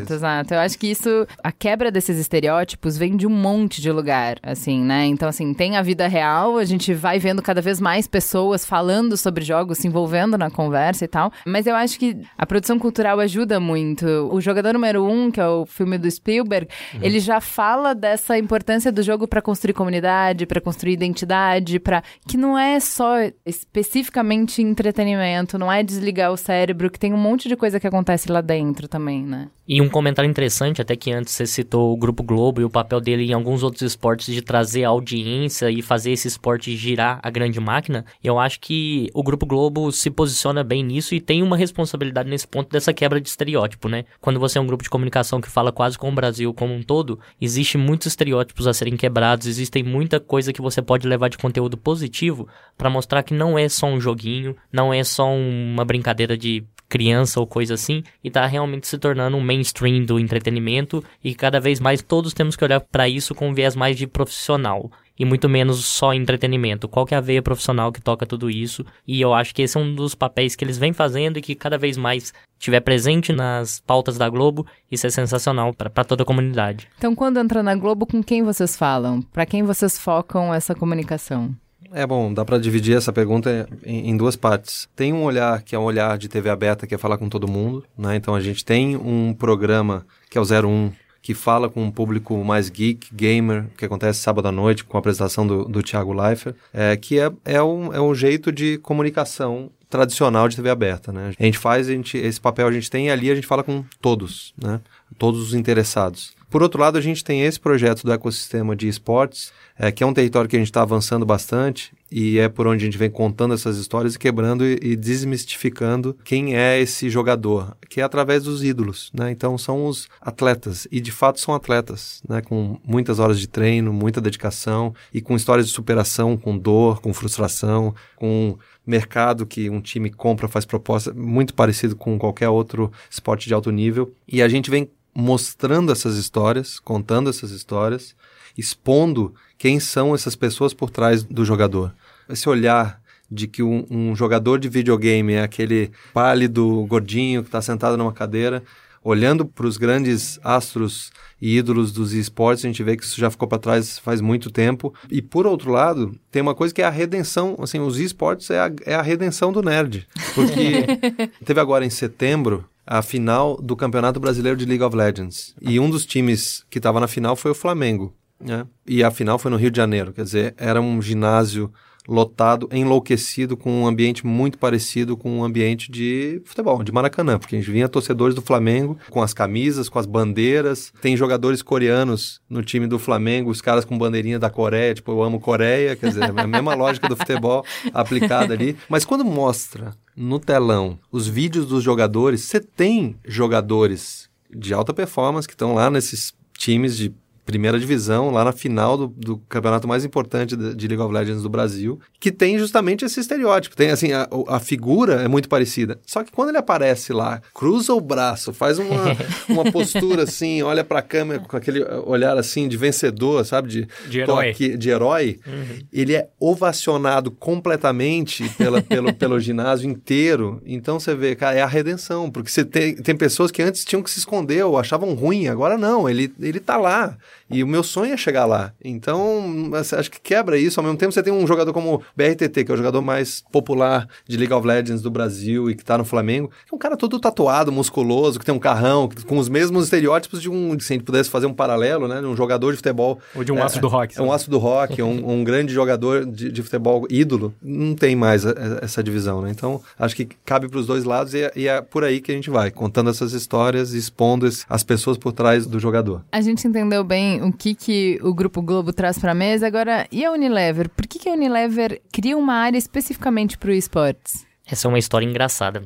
Eu acho que isso, a quebra desses estereótipos vem de um monte de lugar, assim, né? Então, assim, tem a vida real, a gente vai vendo cada vez mais pessoas falando sobre jogos, se envolvendo na conversa e tal, mas eu acho que a produção cultural ajuda muito. O Jogador Número 1, que é o filme do Spielberg, ele já fala dessa importância do jogo para construir comunidade, para construir identidade, que não é só especificamente entretenimento, não é desligar o cérebro, que tem um monte de coisa que acontece lá dentro também, né? E um comentário interessante, até que antes você citou o Grupo Globo e o papel dele em alguns outros esportes de trazer audiência e fazer esse esporte girar a grande máquina, eu acho que o Grupo Globo se posiciona bem nisso e tem uma responsabilidade nesse ponto dessa quebra de estereótipo, né? Quando você é um grupo de comunicação que fala quase com o Brasil como um todo, existe muitos estereótipos a serem quebrados, existem muita coisa que você pode levar de conteúdo positivo para mostrar que não é só um joguinho, não é só uma brincadeira de criança ou coisa assim, e tá realmente se tornando um mainstream do entretenimento e cada vez mais todos temos que olhar para isso com um viés mais de profissional e muito menos só entretenimento. Qual que é a veia profissional que toca tudo isso? E eu acho que esse é um dos papéis que eles vêm fazendo e que cada vez mais estiver presente nas pautas da Globo, isso é sensacional para toda a comunidade. Então, quando entra na Globo, com quem vocês falam? Para quem vocês focam essa comunicação? Bom, dá para dividir essa pergunta em duas partes. Tem um olhar que é um olhar de TV aberta, que é falar com todo mundo, né? Então a gente tem um programa que é o 01, que fala com um público mais geek, gamer, que acontece sábado à noite com a apresentação do Thiago Leifert, que é um jeito de comunicação tradicional de TV aberta, né? Esse papel a gente tem e ali a gente fala com todos, né? Todos os interessados. Por outro lado, a gente tem esse projeto do ecossistema de esportes, que é um território que a gente está avançando bastante e é por onde a gente vem contando essas histórias e quebrando e desmistificando quem é esse jogador, que é através dos ídolos, né? Então são os atletas, e de fato são atletas, né? Com muitas horas de treino, muita dedicação e com histórias de superação, com dor, com frustração, com mercado que um time compra, faz proposta, muito parecido com qualquer outro esporte de alto nível. E a gente vem mostrando essas histórias, contando essas histórias, expondo quem são essas pessoas por trás do jogador. Esse olhar de que um jogador de videogame é aquele pálido, gordinho, que está sentado numa cadeira, olhando para os grandes astros e ídolos dos esportes, a gente vê que isso já ficou para trás faz muito tempo. E, por outro lado, tem uma coisa que é a redenção. Assim, os esportes é a redenção do nerd. Porque teve agora em setembro a final do Campeonato Brasileiro de League of Legends. E um dos times que estava na final foi o Flamengo, né? E a final foi no Rio de Janeiro. Quer dizer, era um ginásio lotado, enlouquecido, com um ambiente muito parecido com um ambiente de futebol, de Maracanã, porque a gente vinha torcedores do Flamengo com as camisas, com as bandeiras, tem jogadores coreanos no time do Flamengo, os caras com bandeirinha da Coreia, tipo, eu amo Coreia, quer dizer, é a mesma lógica do futebol aplicada ali, mas quando mostra no telão os vídeos dos jogadores, você tem jogadores de alta performance que estão lá nesses times de primeira divisão, lá na final do campeonato mais importante de League of Legends do Brasil, que tem justamente esse estereótipo. Tem, assim, a figura é muito parecida. Só que quando ele aparece lá, cruza o braço, faz uma postura assim, olha pra câmera com aquele olhar assim de vencedor, sabe? De herói. De herói. Uhum. Ele é ovacionado completamente pelo ginásio inteiro. Então você vê, cara, é a redenção. Porque você tem pessoas que antes tinham que se esconder ou achavam ruim. Agora não, ele tá lá. E o meu sonho é chegar lá. Então, acho que quebra isso. Ao mesmo tempo, você tem um jogador como o BRTT, que é o jogador mais popular de League of Legends do Brasil e que tá no Flamengo. É um cara todo tatuado, musculoso, que tem um carrão, com os mesmos estereótipos de se a gente pudesse fazer um paralelo, né? De um jogador de futebol. Ou de um astro do rock. É um astro do rock, um grande jogador de futebol ídolo. Não tem mais essa divisão, né? Então, acho que cabe para os dois lados e é por aí que a gente vai, contando essas histórias, expondo as pessoas por trás do jogador. A gente entendeu bem o que o Grupo Globo traz para a mesa. Agora, e a Unilever? Por que a Unilever cria uma área especificamente para o esportes? Essa é uma história engraçada.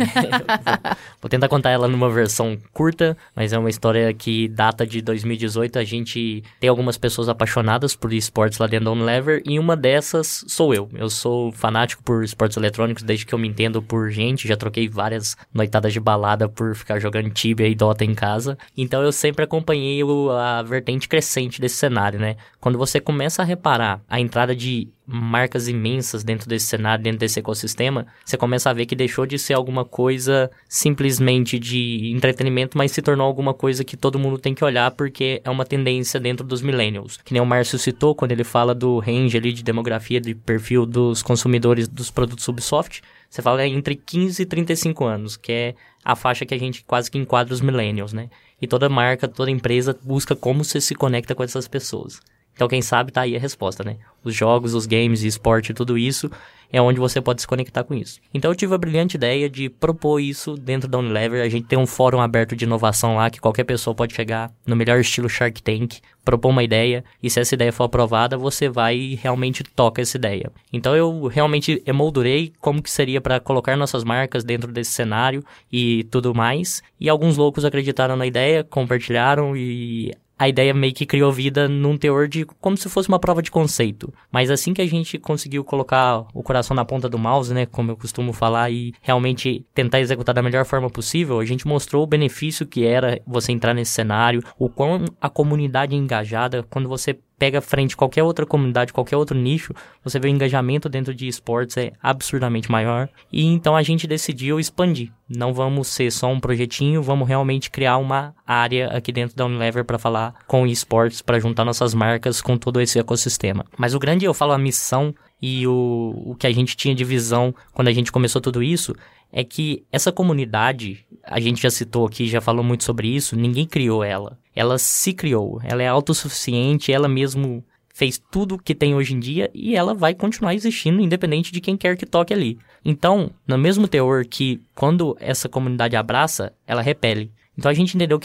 Vou tentar contar ela numa versão curta, mas é uma história que data de 2018. A gente tem algumas pessoas apaixonadas por esportes lá dentro da Unilever, e uma dessas sou eu. Eu sou fanático por esportes eletrônicos desde que eu me entendo por gente. Já troquei várias noitadas de balada por ficar jogando Tibia e Dota em casa. Então eu sempre acompanhei a vertente crescente desse cenário, né? Quando você começa a reparar a entrada de marcas imensas dentro desse cenário, dentro desse ecossistema, você começa a ver que deixou de ser alguma coisa simplesmente de entretenimento, mas se tornou alguma coisa que todo mundo tem que olhar, porque é uma tendência dentro dos millennials. Que nem o Márcio citou, quando ele fala do range ali de demografia, de perfil dos consumidores dos produtos Ubisoft, você fala entre 15 e 35 anos, que é a faixa que a gente quase que enquadra os millennials, né? E toda marca, toda empresa busca como você se conecta com essas pessoas. Então, quem sabe, tá aí a resposta, né? Os jogos, os games, esporte, tudo isso é onde você pode se conectar com isso. Então, eu tive a brilhante ideia de propor isso dentro da Unilever. A gente tem um fórum aberto de inovação lá, que qualquer pessoa pode chegar no melhor estilo Shark Tank, propor uma ideia, e se essa ideia for aprovada, você vai e realmente toca essa ideia. Então, eu realmente emoldurei como que seria para colocar nossas marcas dentro desse cenário e tudo mais. E alguns loucos acreditaram na ideia, compartilharam, e a ideia meio que criou vida num teor de como se fosse uma prova de conceito. Mas assim que a gente conseguiu colocar o coração na ponta do mouse, né, como eu costumo falar, e realmente tentar executar da melhor forma possível, a gente mostrou o benefício que era você entrar nesse cenário, o quão a comunidade é engajada. Quando você pega frente qualquer outra comunidade, qualquer outro nicho, você vê o engajamento dentro de esportes é absurdamente maior. E então a gente decidiu expandir. Não vamos ser só um projetinho, vamos realmente criar uma área aqui dentro da Unilever para falar com esportes, para juntar nossas marcas com todo esse ecossistema. Mas o grande, eu falo a missão e o que a gente tinha de visão quando a gente começou tudo isso, é que essa comunidade, a gente já citou aqui, já falou muito sobre isso, ninguém criou ela. Ela se criou, ela é autossuficiente, ela mesmo fez tudo que tem hoje em dia e ela vai continuar existindo independente de quem quer que toque ali. Então, no mesmo teor que quando essa comunidade abraça, ela repele. Então a gente entendeu que era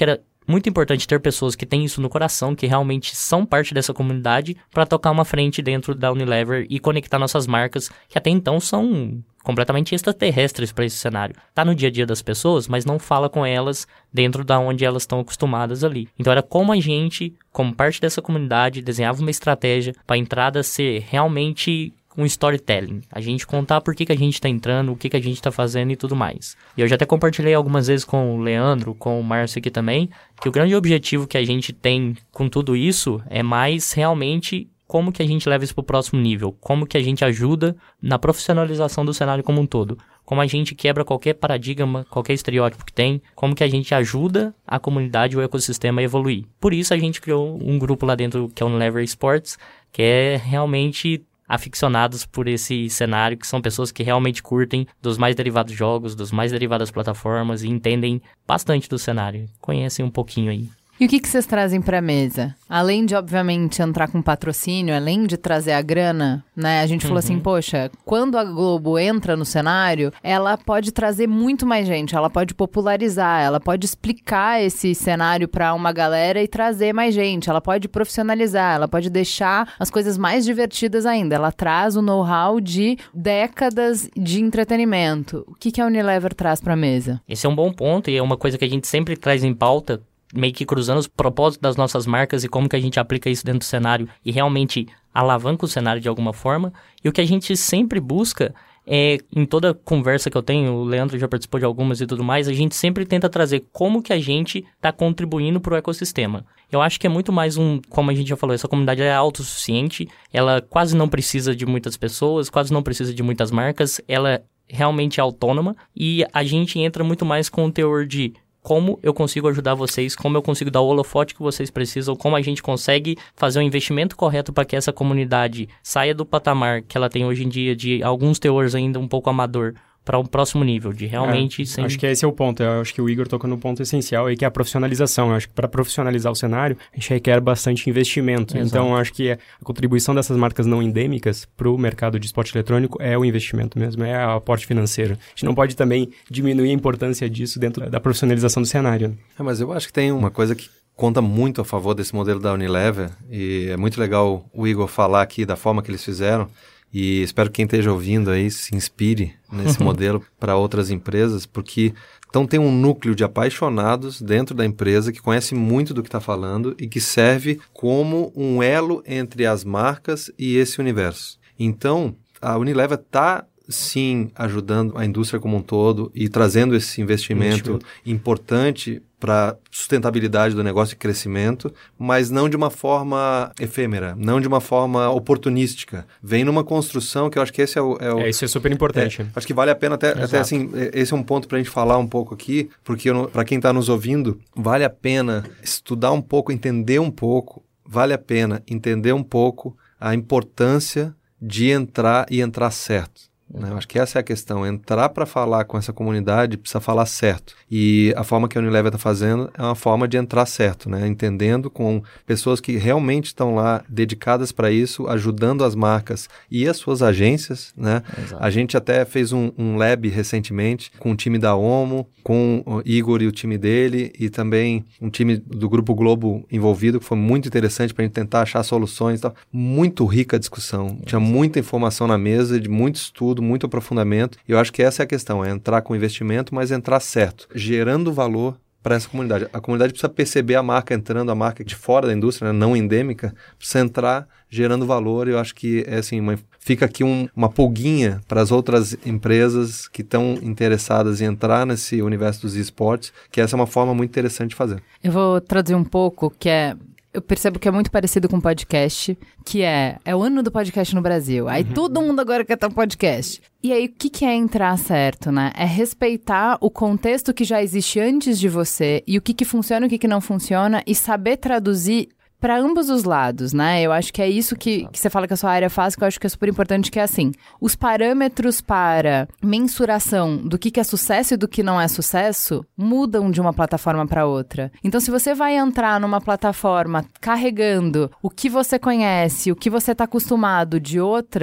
muito importante ter pessoas que têm isso no coração, que realmente são parte dessa comunidade, para tocar uma frente dentro da Unilever e conectar nossas marcas, que até então são completamente extraterrestres para esse cenário. Tá no dia a dia das pessoas, mas não fala com elas dentro da onde elas estão acostumadas ali. Então era como a gente, como parte dessa comunidade, desenhava uma estratégia para a entrada ser realmente um storytelling. A gente contar por que a gente está entrando, o que a gente está fazendo e tudo mais. E eu já até compartilhei algumas vezes com o Leandro, com o Márcio aqui também, que o grande objetivo que a gente tem com tudo isso é mais realmente como que a gente leva isso para o próximo nível, como que a gente ajuda na profissionalização do cenário como um todo, como a gente quebra qualquer paradigma, qualquer estereótipo que tem, como que a gente ajuda a comunidade, o ecossistema a evoluir. Por isso a gente criou um grupo lá dentro que é o Unilever Esports, que é realmente aficionados por esse cenário, que são pessoas que realmente curtem dos mais derivados jogos, dos mais derivadas plataformas e entendem bastante do cenário, conhecem um pouquinho aí. E o que vocês trazem para a mesa? Além de, obviamente, entrar com patrocínio, além de trazer a grana, né? A gente falou assim, poxa, quando a Globo entra no cenário, ela pode trazer muito mais gente, ela pode popularizar, ela pode explicar esse cenário para uma galera e trazer mais gente, ela pode profissionalizar, ela pode deixar as coisas mais divertidas ainda. Ela traz o know-how de décadas de entretenimento. O que a Unilever traz para a mesa? Esse é um bom ponto e é uma coisa que a gente sempre traz em pauta, meio que cruzando os propósitos das nossas marcas e como que a gente aplica isso dentro do cenário e realmente alavanca o cenário de alguma forma. E o que a gente sempre busca é, em toda conversa que eu tenho, o Leandro já participou de algumas e tudo mais, a gente sempre tenta trazer como que a gente está contribuindo para o ecossistema. Eu acho que é muito mais como a gente já falou, essa comunidade é autossuficiente, ela quase não precisa de muitas pessoas, quase não precisa de muitas marcas, ela realmente é autônoma e a gente entra muito mais com o teor de como eu consigo ajudar vocês, como eu consigo dar o holofote que vocês precisam, como a gente consegue fazer o investimento correto para que essa comunidade saia do patamar que ela tem hoje em dia de alguns teores ainda um pouco amador para um próximo nível, de realmente... Acho que esse é o ponto, eu acho que o Igor tocou no ponto essencial aí, que é a profissionalização. Eu acho que para profissionalizar o cenário, a gente requer bastante investimento. Exato. Então, eu acho que a contribuição dessas marcas não endêmicas para o mercado de esporte eletrônico é o investimento mesmo, é o aporte financeiro. A gente não pode também diminuir a importância disso dentro da profissionalização do cenário. Mas eu acho que tem uma coisa que conta muito a favor desse modelo da Unilever, e é muito legal o Igor falar aqui da forma que eles fizeram, e espero que quem esteja ouvindo aí se inspire nesse modelo para outras empresas, porque então tem um núcleo de apaixonados dentro da empresa que conhece muito do que está falando e que serve como um elo entre as marcas e esse universo. Então, a Unilever está sim ajudando a indústria como um todo e trazendo esse investimento importante para sustentabilidade do negócio e crescimento, mas não de uma forma efêmera, não de uma forma oportunística. Vem numa construção que eu acho que esse é o... isso é super importante. Acho que vale a pena até assim, esse é um ponto para a gente falar um pouco aqui, porque para quem está nos ouvindo, vale a pena estudar um pouco, entender um pouco, vale a pena entender um pouco a importância de entrar e entrar certo. Eu acho que essa é a questão, entrar para falar com essa comunidade precisa falar certo, e a forma que a Unilever está fazendo é uma forma de entrar certo, né? Entendendo com pessoas que realmente estão lá dedicadas para isso, ajudando as marcas e as suas agências, né? A gente até fez um lab recentemente com o time da OMO, com o Igor e o time dele, e também um time do Grupo Globo envolvido, que foi muito interessante para a gente tentar achar soluções e tal. Muito rica a discussão, tinha muita informação na mesa, de muito estudo, muito aprofundamento, e eu acho que essa é a questão, é entrar com investimento, mas entrar certo, gerando valor para essa comunidade. A comunidade precisa perceber a marca entrando, a marca de fora da indústria, né, não endêmica, precisa entrar gerando valor, e eu acho que é assim, fica aqui uma pulguinha para as outras empresas que estão interessadas em entrar nesse universo dos esportes, que essa é uma forma muito interessante de fazer. Eu vou traduzir um pouco, eu percebo que é muito parecido com podcast, que é o ano do podcast no Brasil. Aí todo mundo agora quer ter um podcast. E aí, o que é entrar certo, né? É respeitar o contexto que já existe antes de você e o que funciona e o que não funciona e saber traduzir para ambos os lados, né? Eu acho que é isso que você fala que a sua área faz, que eu acho que é super importante, que é assim, os parâmetros para mensuração do que é sucesso e do que não é sucesso mudam de uma plataforma para outra. Então, se você vai entrar numa plataforma carregando o que você conhece, o que você está acostumado de outra,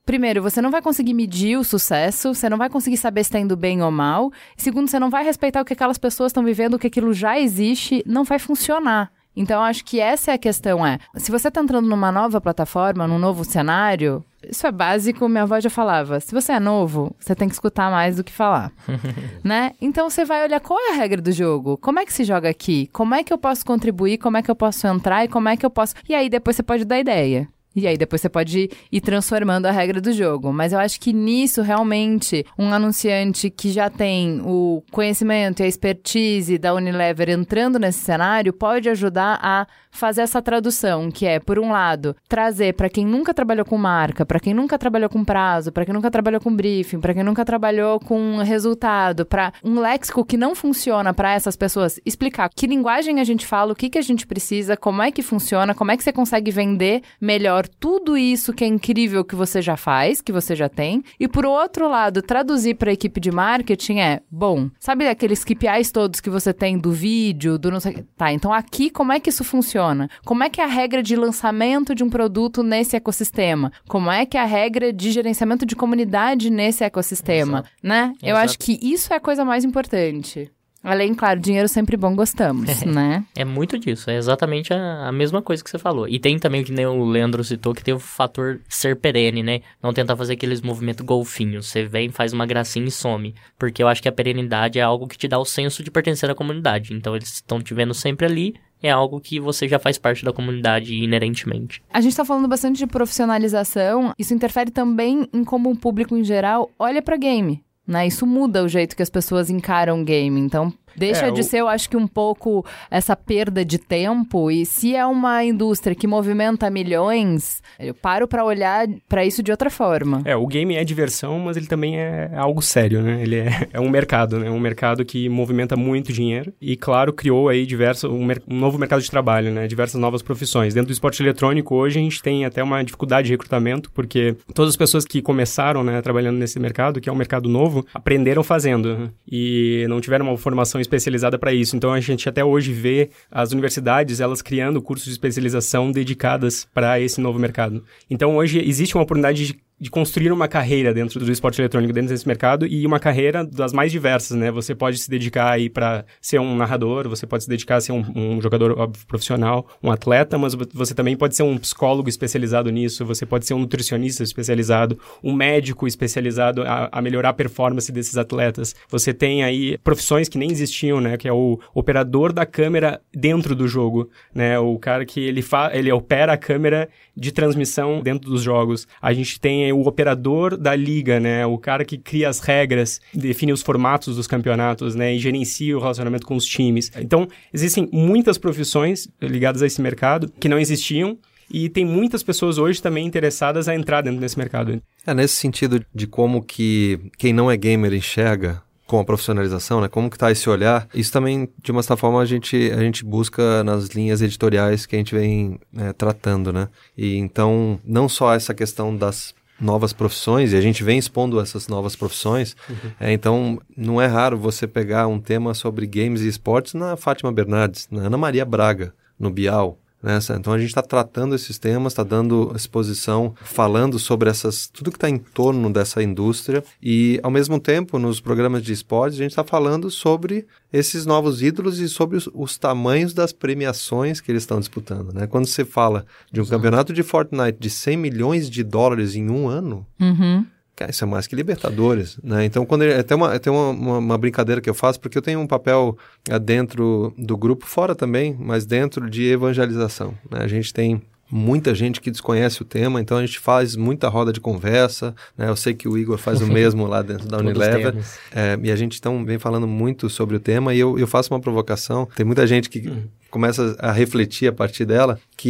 primeiro, você não vai conseguir medir o sucesso, você não vai conseguir saber se está indo bem ou mal. Segundo, você não vai respeitar o que aquelas pessoas estão vivendo, o que aquilo já existe, não vai funcionar. Então, acho que essa é a questão, se você está entrando numa nova plataforma, num novo cenário, isso é básico, minha avó já falava, se você é novo, você tem que escutar mais do que falar, né? Então, você vai olhar qual é a regra do jogo, como é que se joga aqui, como é que eu posso contribuir, como é que eu posso entrar e como é que eu posso... E aí, depois você pode dar ideia. E aí, depois você pode ir transformando a regra do jogo. Mas eu acho que nisso, realmente, um anunciante que já tem o conhecimento e a expertise da Unilever entrando nesse cenário pode ajudar a fazer essa tradução, que é, por um lado, trazer para quem nunca trabalhou com marca, para quem nunca trabalhou com prazo, para quem nunca trabalhou com briefing, para quem nunca trabalhou com resultado, para um léxico que não funciona para essas pessoas, explicar que linguagem a gente fala, o que a gente precisa, como é que funciona, como é que você consegue vender melhor tudo isso que é incrível que você já faz, que você já tem. E, por outro lado, traduzir para a equipe de marketing sabe aqueles KPIs todos que você tem do vídeo, do não sei... Tá, então aqui como é que isso funciona? Como é que é a regra de lançamento de um produto nesse ecossistema? Como é que é a regra de gerenciamento de comunidade nesse ecossistema? Exato. Né? Eu acho que isso é a coisa mais importante. Além, claro, dinheiro sempre bom, gostamos, né? É muito disso, é exatamente a mesma coisa que você falou. E tem também, que nem o Leandro citou, que tem o fator ser perene, né? Não tentar fazer aqueles movimentos golfinhos. Você vem, faz uma gracinha e some. Porque eu acho que a perenidade é algo que te dá o senso de pertencer à comunidade. Então, eles estão te vendo sempre ali. É algo que você já faz parte da comunidade inerentemente. A gente tá falando bastante de profissionalização. Isso interfere também em como o público em geral olha pra game, né? Isso muda o jeito que as pessoas encaram o game. Então, deixa de ser, eu acho que um pouco essa perda de tempo. E se é uma indústria que movimenta milhões, eu paro pra olhar pra isso de outra forma. O game é diversão, mas ele também é algo sério, né? Ele é um mercado, né? Um mercado que movimenta muito dinheiro. E, claro, criou aí um novo mercado de trabalho, né? Diversas novas profissões. Dentro do esporte eletrônico, hoje, a gente tem até uma dificuldade de recrutamento, porque todas as pessoas que começaram, né, trabalhando nesse mercado, que é um mercado novo, aprenderam fazendo, né? E não tiveram uma formação especializada para isso. Então, a gente até hoje vê as universidades, elas criando cursos de especialização dedicadas para esse novo mercado. Então, hoje, existe uma oportunidade de construir uma carreira dentro do esporte eletrônico, dentro desse mercado, e uma carreira das mais diversas, né? Você pode se dedicar aí para ser um narrador, você pode se dedicar a ser um jogador óbvio, profissional, um atleta, mas você também pode ser um psicólogo especializado nisso, você pode ser um nutricionista especializado, um médico especializado a melhorar a performance desses atletas. Você tem aí profissões que nem existiam, né? Que é o operador da câmera dentro do jogo, né? O cara que ele opera a câmera de transmissão dentro dos jogos. A gente tem o operador da liga, né? O cara que cria as regras, define os formatos dos campeonatos, né? E gerencia o relacionamento com os times. Então, existem muitas profissões ligadas a esse mercado que não existiam. E tem muitas pessoas hoje também interessadas a entrar dentro desse mercado. Nesse sentido de como que quem não é gamer enxerga com a profissionalização, né? Como que tá esse olhar? Isso também, de uma certa forma, a gente busca nas linhas editoriais que a gente vem tratando, né? E então, não só essa questão das novas profissões, e a gente vem expondo essas novas profissões, então não é raro você pegar um tema sobre games e esportes na Fátima Bernardes, na Ana Maria Braga, no Bial. Então a gente está tratando esses temas, está dando exposição, falando sobre tudo que está em torno dessa indústria, e ao mesmo tempo nos programas de esportes a gente está falando sobre esses novos ídolos e sobre os tamanhos das premiações que eles estão disputando, né? Quando você fala de um campeonato de Fortnite de $100 milhões em um ano, cara, isso é mais que Libertadores, né? Então, quando tem uma brincadeira que eu faço, porque eu tenho um papel dentro do grupo, fora também, mas dentro de evangelização, né? A gente tem muita gente que desconhece o tema, então a gente faz muita roda de conversa, né? Eu sei que o Igor faz o mesmo lá dentro da Unilever, e a gente então vem falando muito sobre o tema, e eu faço uma provocação. Tem muita gente que começa a refletir a partir dela, que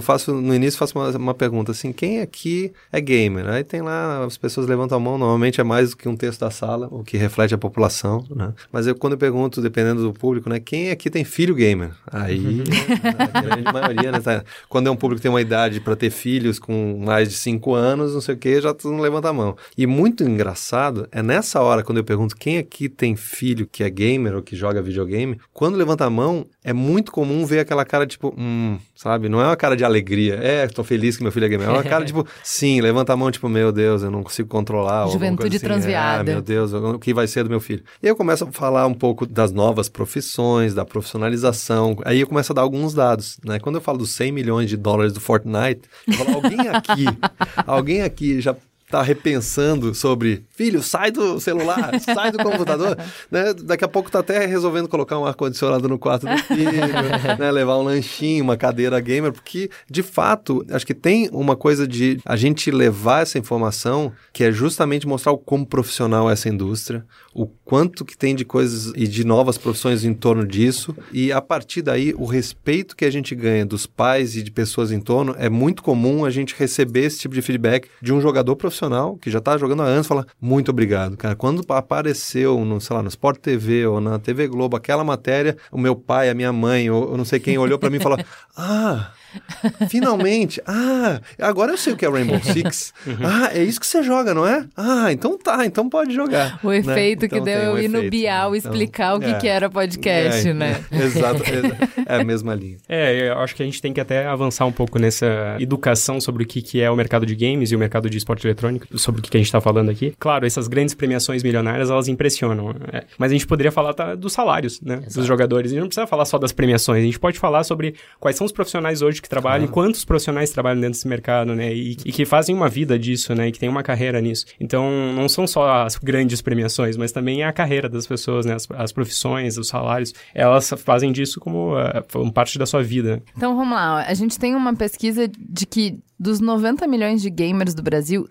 no início faço uma pergunta assim, quem aqui é gamer? Aí tem lá, as pessoas levantam a mão, normalmente é mais do que um terço da sala, o que reflete a população, né? Mas quando eu pergunto, dependendo do público, né, quem aqui tem filho gamer? Aí, a grande maioria, né? Quando é um público que tem uma idade para ter filhos com mais de 5 anos, não sei o que, já todo mundo levanta a mão. E muito engraçado, é nessa hora, quando eu pergunto quem aqui tem filho que é gamer ou que joga videogame, quando levanta a mão, é muito comum ver aquela cara, tipo, sabe? Não é uma cara de alegria. Tô feliz que meu filho é gamer. É uma cara, tipo, sim, levanta a mão, tipo, meu Deus, eu não consigo controlar. Juventude assim. transviada. Meu Deus, o que vai ser do meu filho? E aí eu começo a falar um pouco das novas profissões, da profissionalização. Aí eu começo a dar alguns dados, né? Quando eu falo dos 100 milhões de dólares do Fortnite, eu falo, alguém aqui já tá repensando sobre, filho, sai do celular, sai do computador, né? Daqui a pouco tá até resolvendo colocar um ar-condicionado no quarto do filho, né? Levar um lanchinho, uma cadeira gamer, porque, de fato, acho que tem uma coisa de a gente levar essa informação que é justamente mostrar o como profissional é essa indústria, o quanto que tem de coisas e de novas profissões em torno disso, e a partir daí, o respeito que a gente ganha dos pais e de pessoas em torno, é muito comum a gente receber esse tipo de feedback de um jogador profissional que já tá jogando há anos, fala, muito obrigado, cara. Quando apareceu no Sport TV ou na TV Globo aquela matéria, o meu pai, a minha mãe, ou não sei quem olhou pra mim e falou, finalmente, agora eu sei o que é Rainbow Six. É isso que você joga, não é? Então tá, então pode jogar. O efeito, né? Então, que deu eu ir no Bial explicar o que era podcast, né? Exato, é a mesma linha. Eu acho que a gente tem que até avançar um pouco nessa educação sobre o que é o mercado de games e o mercado de esporte eletrônico, sobre o que a gente tá falando aqui. Claro, essas grandes premiações milionárias, elas impressionam. Mas a gente poderia falar dos salários, né? Exato. Dos jogadores. A gente não precisa falar só das premiações, a gente pode falar sobre quais são os profissionais hoje que trabalham, quantos profissionais trabalham dentro desse mercado, né? E que fazem uma vida disso, né? E que tem uma carreira nisso. Então, não são só as grandes premiações, mas também a carreira das pessoas, né? As profissões, os salários, elas fazem disso como parte da sua vida. Então, vamos lá. A gente tem uma pesquisa de que dos 90 milhões de gamers do Brasil,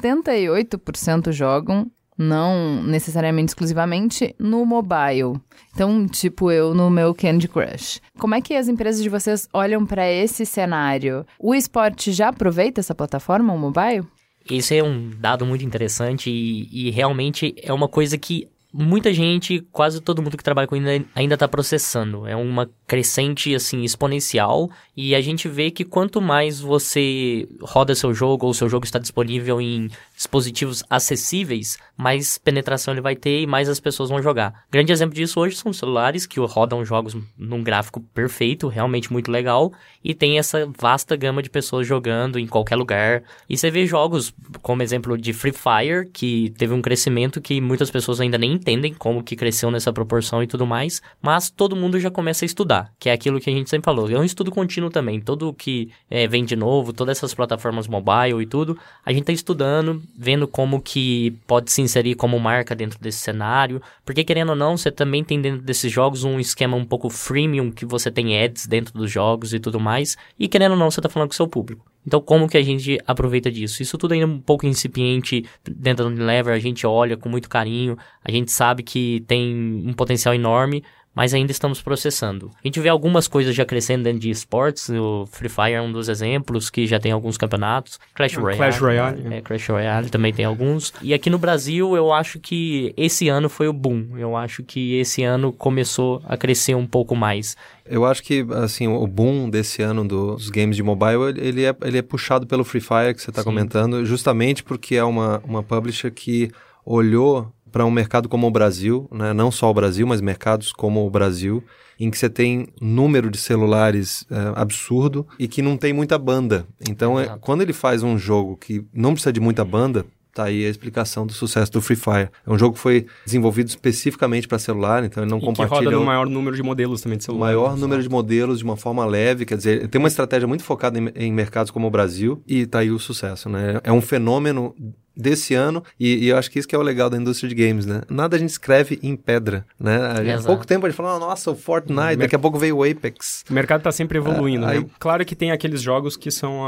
78% jogam, não necessariamente exclusivamente, no mobile. Então, tipo eu no meu Candy Crush. Como é que as empresas de vocês olham para esse cenário? O esporte já aproveita essa plataforma, o mobile? Esse é um dado muito interessante e realmente é uma coisa que muita gente, quase todo mundo que trabalha com ainda está processando. É uma crescente, assim, exponencial. E a gente vê que quanto mais você roda seu jogo, ou seu jogo está disponível em dispositivos acessíveis, mais penetração ele vai ter e mais as pessoas vão jogar. Grande exemplo disso hoje são celulares que rodam jogos num gráfico perfeito, realmente muito legal. E tem essa vasta gama de pessoas jogando em qualquer lugar. E você vê jogos, como exemplo de Free Fire, que teve um crescimento que muitas pessoas ainda nem entendem como que cresceu nessa proporção e tudo mais, mas todo mundo já começa a estudar, que é aquilo que a gente sempre falou. É um estudo contínuo também, tudo que vem de novo, todas essas plataformas mobile e tudo, a gente tá estudando, vendo como que pode se inserir como marca dentro desse cenário, porque querendo ou não, você também tem dentro desses jogos um esquema um pouco freemium, que você tem ads dentro dos jogos e tudo mais, e querendo ou não, você tá falando com o seu público. Então, como que a gente aproveita disso? Isso tudo ainda um pouco incipiente dentro da Unilever, a gente olha com muito carinho, a gente sabe que tem um potencial enorme, mas ainda estamos processando. A gente vê algumas coisas já crescendo dentro de esportes, o Free Fire é um dos exemplos, que já tem alguns campeonatos. Clash Royale. Clash Royale também tem alguns. E aqui no Brasil, eu acho que esse ano foi o boom. Eu acho que esse ano começou a crescer um pouco mais. Eu acho que, assim, o boom desse ano dos games de mobile, ele é puxado pelo Free Fire, que você está comentando, justamente porque é uma publisher que olhou para um mercado como o Brasil, né? Não só o Brasil, mas mercados como o Brasil, em que você tem número de celulares absurdo e que não tem muita banda. Então, quando ele faz um jogo que não precisa de muita banda, tá aí a explicação do sucesso do Free Fire. É um jogo que foi desenvolvido especificamente para celular, então ele não compartilha... que roda no maior número de modelos também de celular. Maior número de modelos de uma forma leve, quer dizer, tem uma estratégia muito focada em mercados como o Brasil e tá aí o sucesso, né? É um fenômeno desse ano, e eu acho que isso que é o legal da indústria de games, né? Nada a gente escreve em pedra, né? Há pouco tempo a gente falou, nossa, o Fortnite, daqui a pouco veio o Apex. O mercado tá sempre evoluindo, né? Claro que tem aqueles jogos que são...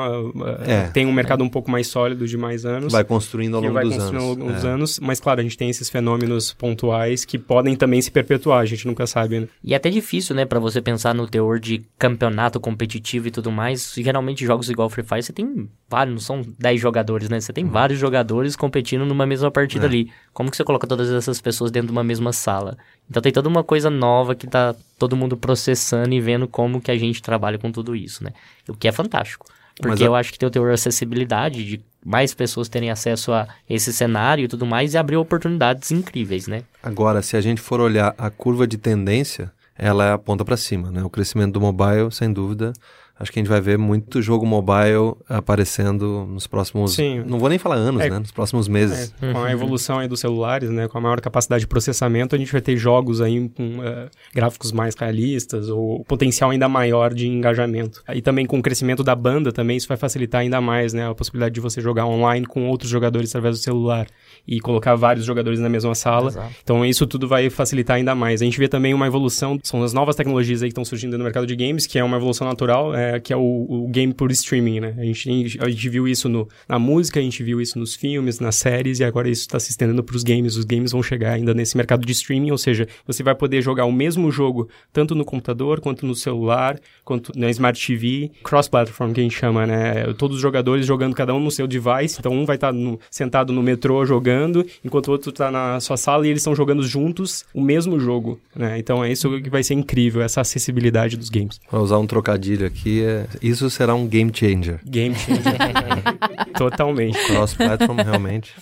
tem um mercado um pouco mais sólido de mais anos. Vai construindo ao longo dos anos. Mas, claro, a gente tem esses fenômenos pontuais que podem também se perpetuar, a gente nunca sabe, né? E é até difícil, né? Pra você pensar no teor de campeonato competitivo e tudo mais. Geralmente, jogos igual Free Fire, você tem vários, não são 10 jogadores, né? Você tem vários jogadores competindo numa mesma partida ali. Como que você coloca todas essas pessoas dentro de uma mesma sala? Então tem toda uma coisa nova que tá todo mundo processando e vendo como que a gente trabalha com tudo isso, né? O que é fantástico. Porque eu acho que tem o teor acessibilidade de mais pessoas terem acesso a esse cenário e tudo mais e abrir oportunidades incríveis, né? Agora, se a gente for olhar a curva de tendência, ela aponta para cima, né? O crescimento do mobile, sem dúvida. Acho que a gente vai ver muito jogo mobile aparecendo nos próximos... Sim. Não vou nem falar anos, né? Nos próximos meses. Com a evolução aí dos celulares, né? Com a maior capacidade de processamento, a gente vai ter jogos aí com gráficos mais realistas ou potencial ainda maior de engajamento. E também com o crescimento da banda também, isso vai facilitar ainda mais, né? A possibilidade de você jogar online com outros jogadores através do celular e colocar vários jogadores na mesma sala. Exato. Então isso tudo vai facilitar ainda mais. A gente vê também uma evolução, são as novas tecnologias aí que estão surgindo no mercado de games, que é uma evolução natural, que é o game por streaming, né? A gente viu isso na música, a gente viu isso nos filmes, nas séries, e agora isso está se estendendo para os games. Os games vão chegar ainda nesse mercado de streaming, ou seja, você vai poder jogar o mesmo jogo tanto no computador, quanto no celular, quanto na Smart TV, cross-platform que a gente chama, né? Todos os jogadores jogando cada um no seu device, então um vai estar sentado no metrô jogando, enquanto o outro está na sua sala, e eles estão jogando juntos o mesmo jogo, né? Então é isso que vai ser incrível, essa acessibilidade dos games. Para usar um trocadilho aqui, isso será um game changer. Game changer. Totalmente. Cross-platform, realmente.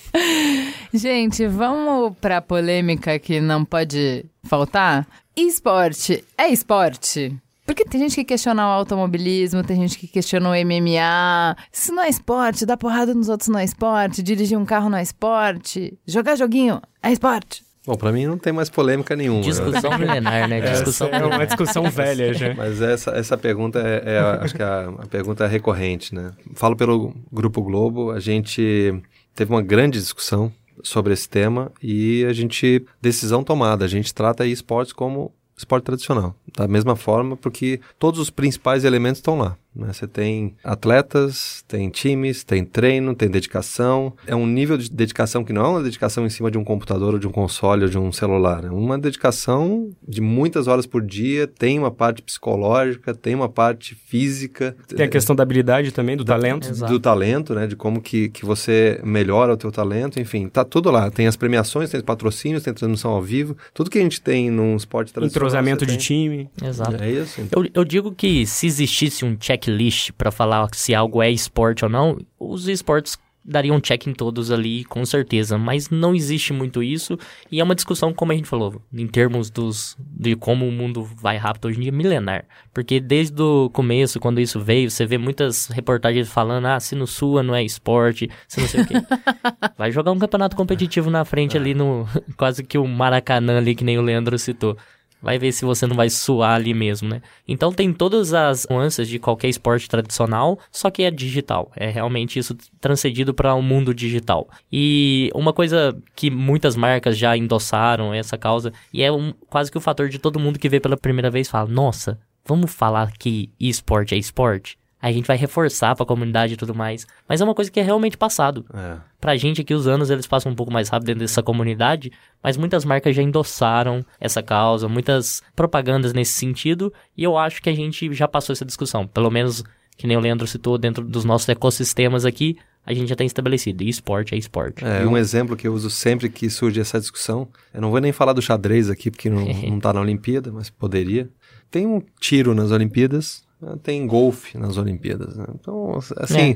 Gente, vamos pra polêmica que não pode faltar? Esporte é esporte? Porque tem gente que questiona o automobilismo, tem gente que questiona o MMA. Isso não é esporte, dar porrada nos outros não é esporte, dirigir um carro não é esporte, jogar joguinho é esporte. Bom, pra mim não tem mais polêmica nenhuma. Discussão milenar, né? Discussão é uma discussão velha já. Mas essa pergunta acho que a pergunta é recorrente, né? Falo pelo Grupo Globo, a gente teve uma grande discussão sobre esse tema e decisão tomada, a gente trata esportes como esporte tradicional, da mesma forma, porque todos os principais elementos estão lá, né? Você tem atletas, tem times, tem treino, tem dedicação. É um nível de dedicação que não é uma dedicação em cima de um computador ou de um console ou de um celular. É uma dedicação de muitas horas por dia, tem uma parte psicológica, tem uma parte física. Tem a questão da habilidade também, do talento. Do talento, né? De como que você melhora o teu talento, enfim, tá tudo lá. Tem as premiações, tem os patrocínios, tem transmissão ao vivo, tudo que a gente tem num esporte tradicional. Entrosamento de time. Exato. É isso. Então. Eu digo que se existisse um checklist para falar se algo é esporte ou não, os esportes dariam um check em todos ali, com certeza. Mas não existe muito isso. E é uma discussão, como a gente falou, em termos de como o mundo vai rápido hoje em dia, milenar. Porque desde o começo, quando isso veio, você vê muitas reportagens falando, se no Sua não é esporte, se não sei o quê. Vai jogar um campeonato competitivo na frente ali no quase que o Maracanã ali, que nem o Leandro citou. Vai ver se você não vai suar ali mesmo, né? Então tem todas as nuances de qualquer esporte tradicional, só que é digital. É realmente isso transcedido para o mundo digital. E uma coisa que muitas marcas já endossaram essa causa, e é quase que o fator de todo mundo que vê pela primeira vez fala, nossa, vamos falar que esporte é esporte? Aí a gente vai reforçar pra comunidade e tudo mais. Mas é uma coisa que é realmente passado. Pra gente aqui, os anos, eles passam um pouco mais rápido dentro dessa comunidade. Mas muitas marcas já endossaram essa causa. Muitas propagandas nesse sentido. E eu acho que a gente já passou essa discussão. Pelo menos, que nem o Leandro citou, dentro dos nossos ecossistemas aqui, a gente já tem estabelecido. E esporte é esporte. Um exemplo que eu uso sempre que surge essa discussão. Eu não vou nem falar do xadrez aqui, porque não tá na Olimpíada, mas poderia. Tem um tiro nas Olimpíadas. Tem golfe nas Olimpíadas, né? Então, assim,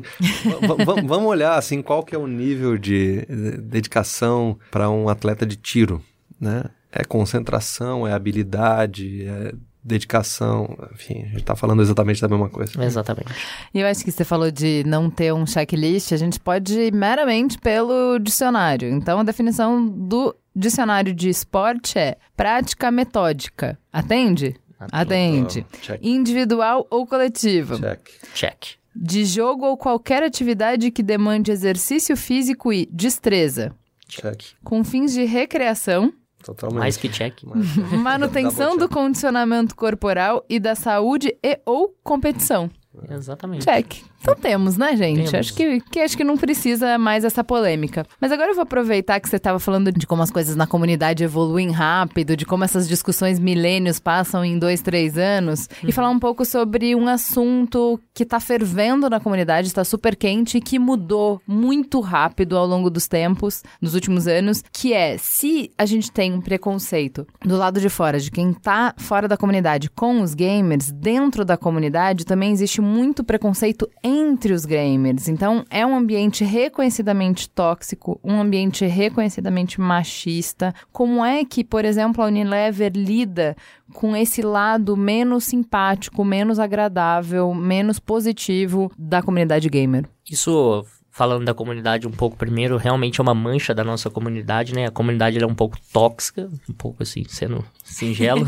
vamos olhar assim, qual que é o nível de dedicação para um atleta de tiro, né? É concentração, é habilidade, é dedicação, enfim, a gente tá falando exatamente da mesma coisa. Exatamente. E eu acho que você falou de não ter um checklist, a gente pode ir meramente pelo dicionário. Então, a definição do dicionário de esporte é prática metódica. Atende? Atende. Individual ou coletiva. Check. De jogo ou qualquer atividade que demande exercício físico e destreza. Check. Com fins de recreação. Totalmente. Mais que check. Manutenção do condicionamento corporal e da saúde e ou competição. Exatamente. Check. Então temos, né, gente? Temos. Acho que não precisa mais essa polêmica. Mas agora eu vou aproveitar que você estava falando de como as coisas na comunidade evoluem rápido, de como essas discussões milênios passam em 2, 3 anos, e falar um pouco sobre um assunto que está fervendo na comunidade, está super quente e que mudou muito rápido ao longo dos tempos, nos últimos anos, que é, se a gente tem um preconceito do lado de fora, de quem está fora da comunidade com os gamers, dentro da comunidade também existe muito preconceito entre os gamers. Então, é um ambiente reconhecidamente tóxico, um ambiente reconhecidamente machista. Como é que, por exemplo, a Unilever lida com esse lado menos simpático, menos agradável, menos positivo da comunidade gamer? Isso, falando da comunidade um pouco primeiro, realmente é uma mancha da nossa comunidade, né? A comunidade ela é um pouco tóxica, um pouco assim, sendo singelo,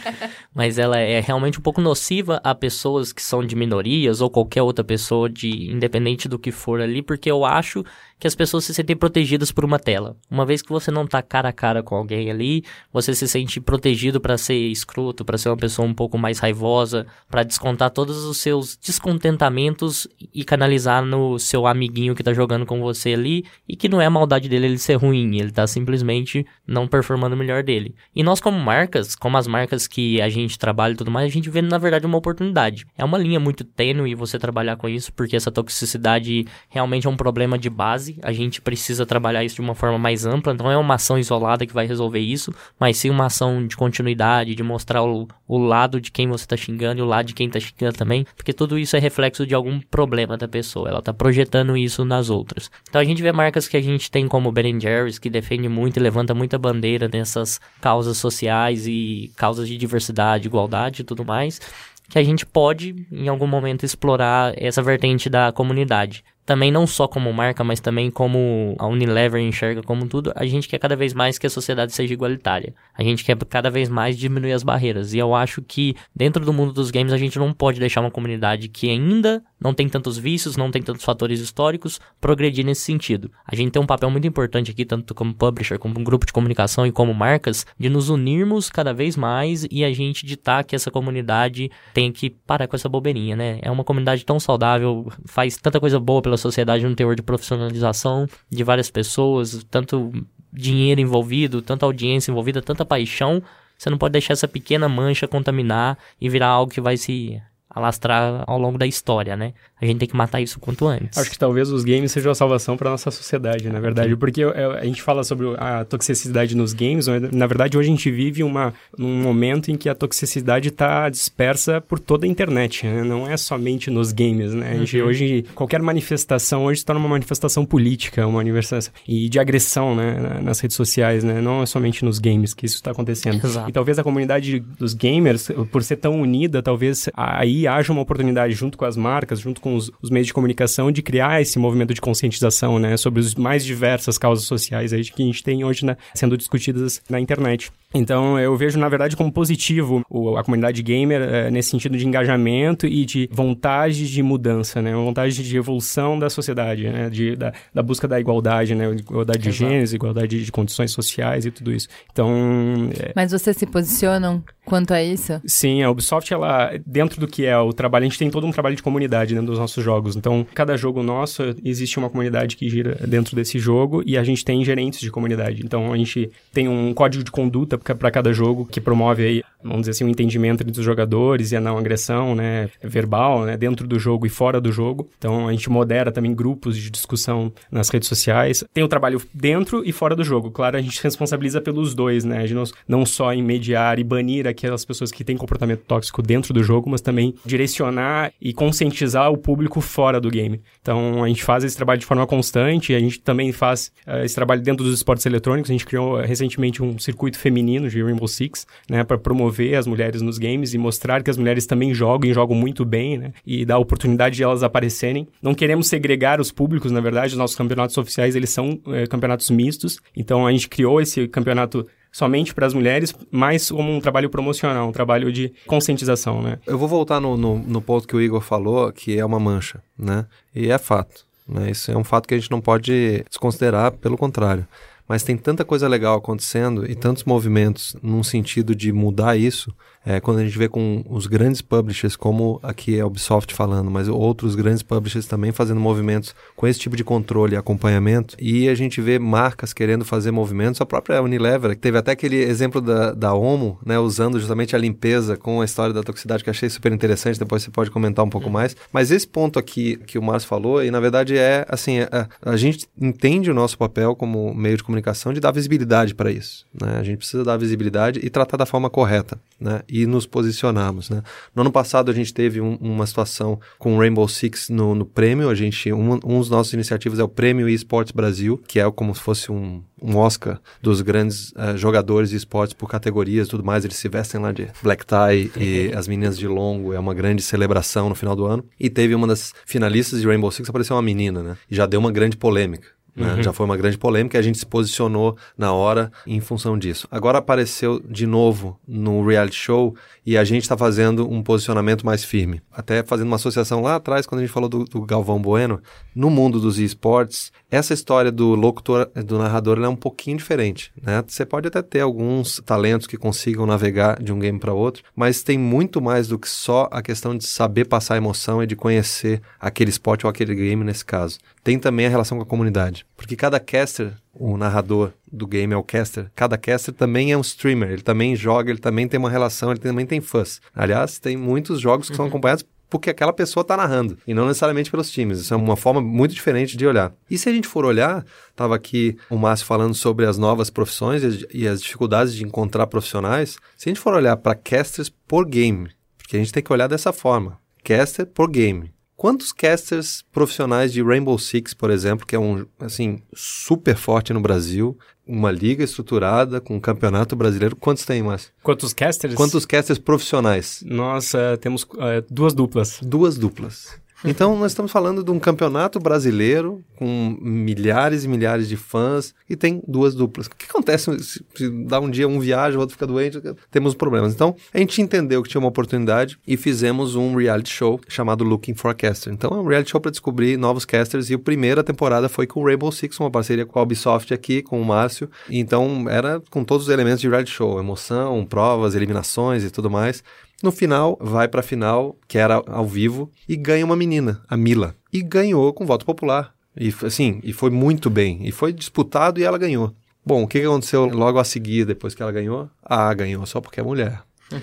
mas ela é realmente um pouco nociva a pessoas que são de minorias ou qualquer outra pessoa, independente do que for ali, porque eu acho que as pessoas se sentem protegidas por uma tela. Uma vez que você não tá cara a cara com alguém ali, você se sente protegido para ser escroto, para ser uma pessoa um pouco mais raivosa, para descontar todos os seus descontentamentos e canalizar no seu amiguinho que tá jogando com você ali, e que não é a maldade dele ele ser ruim, ele tá simplesmente não performando o melhor dele. E nós como marcas, como as marcas que a gente trabalha e tudo mais, a gente vê na verdade uma oportunidade. É uma linha muito tênue você trabalhar com isso, porque essa toxicidade realmente é um problema de base. A gente precisa trabalhar isso de uma forma mais ampla, não é uma ação isolada que vai resolver isso, mas sim uma ação de continuidade, de mostrar o lado de quem você tá xingando e o lado de quem tá xingando também, porque tudo isso é reflexo de algum problema da pessoa, ela tá projetando isso nas outras. Então a gente vê marcas que a gente tem como Ben & Jerry's, que defende muito e levanta muita bandeira nessas causas sociais e causas de diversidade, igualdade e tudo mais, que a gente pode, em algum momento, explorar essa vertente da comunidade. Também não só como marca, mas também como a Unilever enxerga como tudo, a gente quer cada vez mais que a sociedade seja igualitária. A gente quer cada vez mais diminuir as barreiras. E eu acho que dentro do mundo dos games a gente não pode deixar uma comunidade que ainda não tem tantos vícios, não tem tantos fatores históricos, progredir nesse sentido. A gente tem um papel muito importante aqui, tanto como publisher, como um grupo de comunicação e como marcas, de nos unirmos cada vez mais e a gente ditar que essa comunidade tem que parar com essa bobeirinha, né? É uma comunidade tão saudável, faz tanta coisa boa pela sociedade no teor de profissionalização de várias pessoas, tanto dinheiro envolvido, tanta audiência envolvida, tanta paixão. Você não pode deixar essa pequena mancha contaminar e virar algo que vai se alastrar ao longo da história, né? A gente tem que matar isso quanto antes. Acho que talvez os games sejam a salvação para nossa sociedade, na verdade. Porque a gente fala sobre a toxicidade nos games, mas, na verdade, hoje a gente vive um momento em que a toxicidade está dispersa por toda a internet, né? Não é somente nos games, né? A gente, hoje, qualquer manifestação hoje se torna uma manifestação política, uma manifestação e de agressão, né? Nas redes sociais, né? Não é somente nos games que isso está acontecendo. Exato. E talvez a comunidade dos gamers, por ser tão unida, talvez aí haja uma oportunidade junto com as marcas, junto com os meios de comunicação, de criar esse movimento de conscientização, né, sobre as mais diversas causas sociais aí que a gente tem hoje, né, sendo discutidas na internet. Então, eu vejo, na verdade, como positivo a comunidade gamer nesse sentido de engajamento e de vontade de mudança, né? Uma vontade de evolução da sociedade, né? Da busca da igualdade, né? Igualdade de gêneros, igualdade de condições sociais e tudo isso. Então... Mas vocês se posicionam quanto a isso? Sim, a Ubisoft, ela, dentro do que é o trabalho, a gente tem todo um trabalho de comunidade dentro dos nossos jogos. Então, cada jogo nosso, existe uma comunidade que gira dentro desse jogo e a gente tem gerentes de comunidade. Então, a gente tem um código de conduta para cada jogo que promove aí, vamos dizer assim, um entendimento entre os jogadores e a não agressão, né, verbal, né, dentro do jogo e fora do jogo. Então, a gente modera também grupos de discussão nas redes sociais. Tem o trabalho dentro e fora do jogo. Claro, a gente responsabiliza pelos dois, né, a gente não só em mediar e banir aquelas pessoas que têm comportamento tóxico dentro do jogo, mas também direcionar e conscientizar o público fora do game. Então, a gente faz esse trabalho de forma constante, a gente também faz esse trabalho dentro dos esportes eletrônicos. A gente criou recentemente um circuito feminino de Rainbow Six, né, para promover as mulheres nos games e mostrar que as mulheres também jogam e jogam muito bem, né, e dar a oportunidade de elas aparecerem. Não queremos segregar os públicos, na verdade, os nossos campeonatos oficiais, eles são campeonatos mistos, então a gente criou esse campeonato somente para as mulheres, mas como um trabalho promocional, um trabalho de conscientização, né. Eu vou voltar no ponto que o Igor falou, que é uma mancha, né, e é fato, né, isso é um fato que a gente não pode desconsiderar, pelo contrário. Mas tem tanta coisa legal acontecendo e tantos movimentos num sentido de mudar isso, quando a gente vê com os grandes publishers, como aqui é a Ubisoft falando, mas outros grandes publishers também fazendo movimentos com esse tipo de controle e acompanhamento, e a gente vê marcas querendo fazer movimentos, a própria Unilever, que teve até aquele exemplo da Omo, né, usando justamente a limpeza com a história da toxicidade, que eu achei super interessante, depois você pode comentar um pouco mais, mas esse ponto aqui que o Márcio falou, e na verdade é assim, a gente entende o nosso papel como meio de comunicação, comunicação de dar visibilidade para isso, né? A gente precisa dar visibilidade e tratar da forma correta, né? E nos posicionarmos, né? No ano passado a gente teve uma situação com o Rainbow Six no prêmio. Um dos nossos iniciativas é o Prêmio eSports Brasil, que é como se fosse um Oscar dos grandes jogadores de esportes por categorias e tudo mais. Eles se vestem lá de black tie e as meninas de longo. É uma grande celebração no final do ano. E teve uma das finalistas de Rainbow Six, apareceu uma menina, né? E já deu uma grande polêmica. Né? Já foi uma grande polêmica e a gente se posicionou na hora em função disso. Agora apareceu de novo no reality show e a gente está fazendo um posicionamento mais firme. Até fazendo uma associação lá atrás, quando a gente falou do Galvão Bueno, no mundo dos esportes, essa história do locutor, do narrador, ela é um pouquinho diferente, né? Você pode até ter alguns talentos que consigam navegar de um game para outro, mas tem muito mais do que só a questão de saber passar emoção e de conhecer aquele esporte ou aquele game nesse caso. Tem também a relação com a comunidade, porque cada caster, o narrador do game é o caster, cada caster também é um streamer, ele também joga, ele também tem uma relação, ele também tem fãs. Aliás, tem muitos jogos que são acompanhados porque aquela pessoa está narrando, e não necessariamente pelos times. Isso é uma forma muito diferente de olhar. E se a gente for olhar, estava aqui o Márcio falando sobre as novas profissões e as dificuldades de encontrar profissionais. Se a gente for olhar para casters por game, porque a gente tem que olhar dessa forma, caster por game. Quantos casters profissionais de Rainbow Six, por exemplo, que é super forte no Brasil, uma liga estruturada, com um campeonato brasileiro, quantos tem, Márcio? Quantos casters? Quantos casters profissionais? Nós temos 2 duplas. 2 duplas. Então, nós estamos falando de um campeonato brasileiro com milhares e milhares de fãs e tem 2 duplas. O que acontece se dá um dia um viaja, o outro fica doente? Temos problemas. Então, a gente entendeu que tinha uma oportunidade e fizemos um reality show chamado Looking for a Caster. Então, é um reality show para descobrir novos casters e a primeira temporada foi com o Rainbow Six, uma parceria com a Ubisoft aqui, com o Márcio. Então, era com todos os elementos de reality show, emoção, provas, eliminações e tudo mais. No final, vai pra final, que era ao vivo, e ganha uma menina, a Mila. E ganhou com voto popular. E foi muito bem. E foi disputado e ela ganhou. Bom, o que aconteceu logo a seguir, depois que ela ganhou? Ganhou só porque é mulher.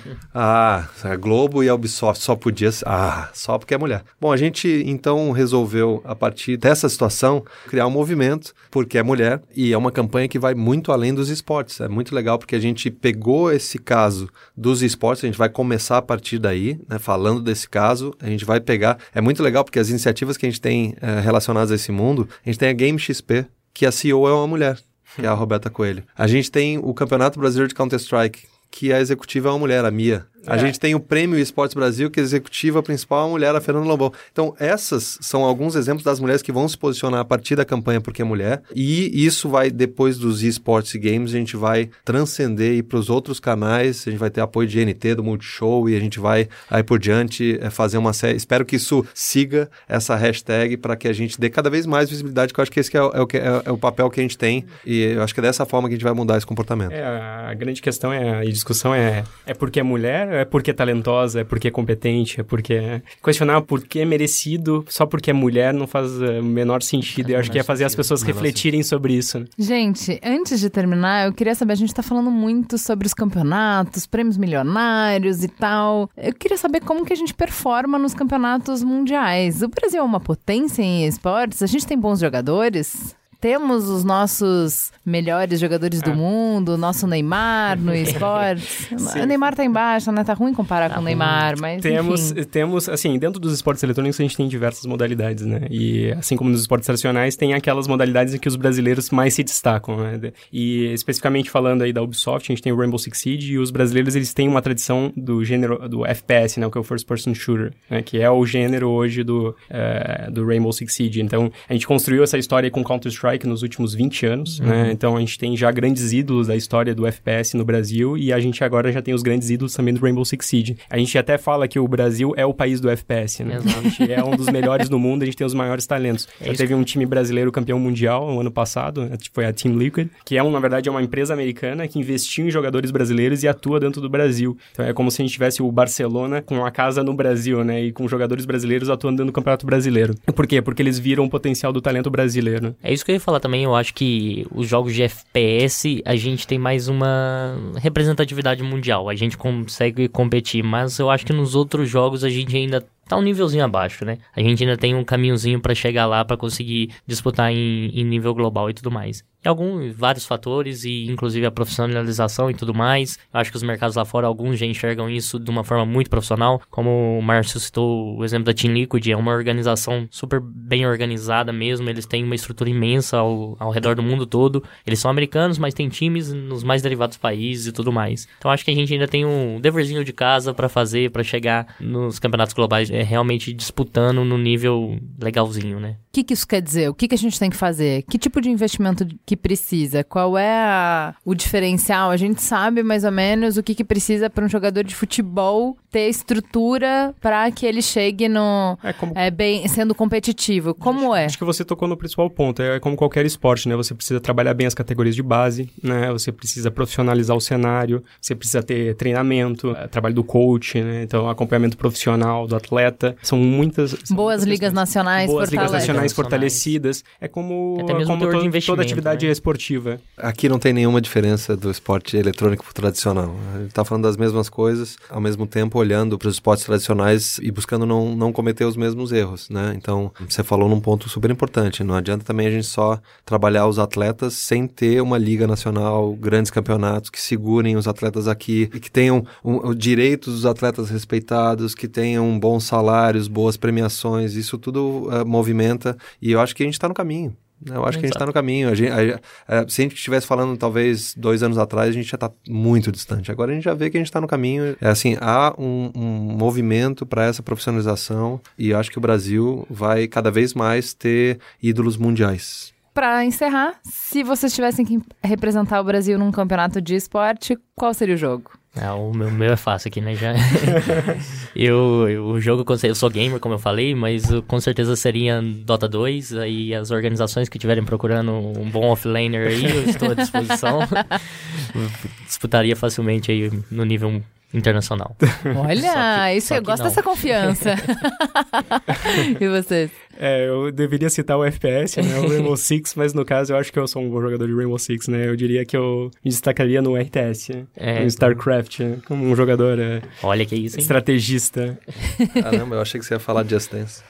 A Globo e a Ubisoft só porque é mulher. Bom, a gente então resolveu, a partir dessa situação, criar um movimento, porque é mulher, e é uma campanha que vai muito além dos esportes. É muito legal porque a gente pegou esse caso dos esportes, a gente vai começar a partir daí, né, falando desse caso, a gente vai pegar... É muito legal porque as iniciativas que a gente tem relacionadas a esse mundo, a gente tem a Game XP, que a CEO é uma mulher, que é a Roberta Coelho. A gente tem o Campeonato Brasileiro de Counter-Strike, que a executiva é uma mulher, a Mia. A gente tem o Prêmio eSports Brasil, que a executiva principal é uma mulher, a Fernanda Lobão. Então, essas são alguns exemplos das mulheres que vão se posicionar a partir da campanha porque é mulher. E isso vai, depois dos eSports e Games, a gente vai transcender e ir para os outros canais. A gente vai ter apoio de NT, do Multishow, e a gente vai, aí por diante, fazer uma série. Espero que isso siga essa hashtag para que a gente dê cada vez mais visibilidade, que eu acho que esse que é o papel que a gente tem. E eu acho que é dessa forma que a gente vai mudar esse comportamento. A grande questão e discussão é porque é mulher, é porque é talentosa, é porque é competente, é porque... Questionar por que é merecido só porque é mulher não faz o menor sentido. Eu acho que é fazer as pessoas refletirem sobre isso. Né? Gente, antes de terminar, eu queria saber, a gente tá falando muito sobre os campeonatos, prêmios milionários e tal. Eu queria saber como que a gente performa nos campeonatos mundiais. O Brasil é uma potência em esportes? A gente tem bons jogadores? Temos os nossos melhores jogadores do mundo, o nosso Neymar no esportes. O Neymar tá embaixo, né? Tá ruim comparar com o Neymar, mas Temos, assim, dentro dos esportes eletrônicos a gente tem diversas modalidades, né? E assim como nos esportes tradicionais, tem aquelas modalidades em que os brasileiros mais se destacam, né? E especificamente falando aí da Ubisoft, a gente tem o Rainbow Six Siege, e os brasileiros, eles têm uma tradição do gênero, do FPS, né? Que é o First Person Shooter, né? Que é o gênero hoje do Rainbow Six Siege. Então, a gente construiu essa história com Counter-Strike nos últimos 20 anos, né? Então a gente tem já grandes ídolos da história do FPS no Brasil e a gente agora já tem os grandes ídolos também do Rainbow Six Siege. A gente até fala que o Brasil é o país do FPS, né? A gente é um dos melhores do mundo, a gente tem os maiores talentos. Já teve um time brasileiro campeão mundial no ano passado, foi a Team Liquid, que na verdade é uma empresa americana que investiu em jogadores brasileiros e atua dentro do Brasil. Então é como se a gente tivesse o Barcelona com a casa no Brasil, né? E com jogadores brasileiros atuando dentro do Campeonato Brasileiro. Por quê? Porque eles viram o potencial do talento brasileiro. É isso que eu ia falar também. Eu acho que os jogos de FPS, a gente tem mais uma representatividade mundial. A gente consegue competir, mas eu acho que nos outros jogos a gente ainda tá um nívelzinho abaixo, né? A gente ainda tem um caminhozinho pra chegar lá, pra conseguir disputar em nível global e tudo mais. Vários fatores e inclusive a profissionalização e tudo mais. Eu acho que os mercados lá fora, alguns já enxergam isso de uma forma muito profissional. Como o Márcio citou o exemplo da Team Liquid, é uma organização super bem organizada mesmo. Eles têm uma estrutura imensa ao redor do mundo todo. Eles são americanos, mas tem times nos mais derivados países e tudo mais. Então acho que a gente ainda tem um deverzinho de casa pra fazer, pra chegar nos campeonatos globais realmente disputando no nível legalzinho, né? O que isso quer dizer? O que a gente tem que fazer? Que tipo de investimento que precisa? Qual é o diferencial? A gente sabe mais ou menos o que precisa para um jogador de futebol ter estrutura para que ele chegue no bem sendo competitivo. Como é? Acho que você tocou no principal ponto. É como qualquer esporte, né? Você precisa trabalhar bem as categorias de base, né? Você precisa profissionalizar o cenário, você precisa ter treinamento, trabalho do coach, né? Então, acompanhamento profissional do atleta. São muitas... Boas ligas nacionais fortalecidas. É como toda atividade esportiva. Aqui não tem nenhuma diferença do esporte eletrônico pro tradicional. A gente tá falando das mesmas coisas, ao mesmo tempo olhando para os esportes tradicionais e buscando não cometer os mesmos erros, né? Então, você falou num ponto super importante. Não adianta também a gente só trabalhar os atletas sem ter uma liga nacional, grandes campeonatos que segurem os atletas aqui e que tenham direitos dos atletas respeitados, que tenham bons salários, boas premiações. Isso tudo movimenta e eu acho que a gente está no caminho. Eu acho que a gente está no caminho. Se a gente estivesse falando, talvez, 2 anos atrás, a gente já está muito distante. Agora a gente já vê que a gente está no caminho. Há um movimento para essa profissionalização e eu acho que o Brasil vai cada vez mais ter ídolos mundiais. Para encerrar, se vocês tivessem que representar o Brasil num campeonato de esporte, qual seria o jogo? O meu é fácil aqui, né? Já. O jogo, eu sou gamer, como eu falei, mas com certeza seria Dota 2. Aí as organizações que estiverem procurando um bom offlaner aí, eu estou à disposição. Disputaria facilmente aí no nível internacional. Olha, eu gosto dessa confiança. E vocês? Eu deveria citar o FPS, né? O Rainbow Six, mas no caso eu acho que eu sou um bom jogador de Rainbow Six, né? Eu diria que eu me destacaria no RTS, no StarCraft, como um jogador olha que isso, hein? Estrategista. Caramba, eu achei que você ia falar de Just Dance.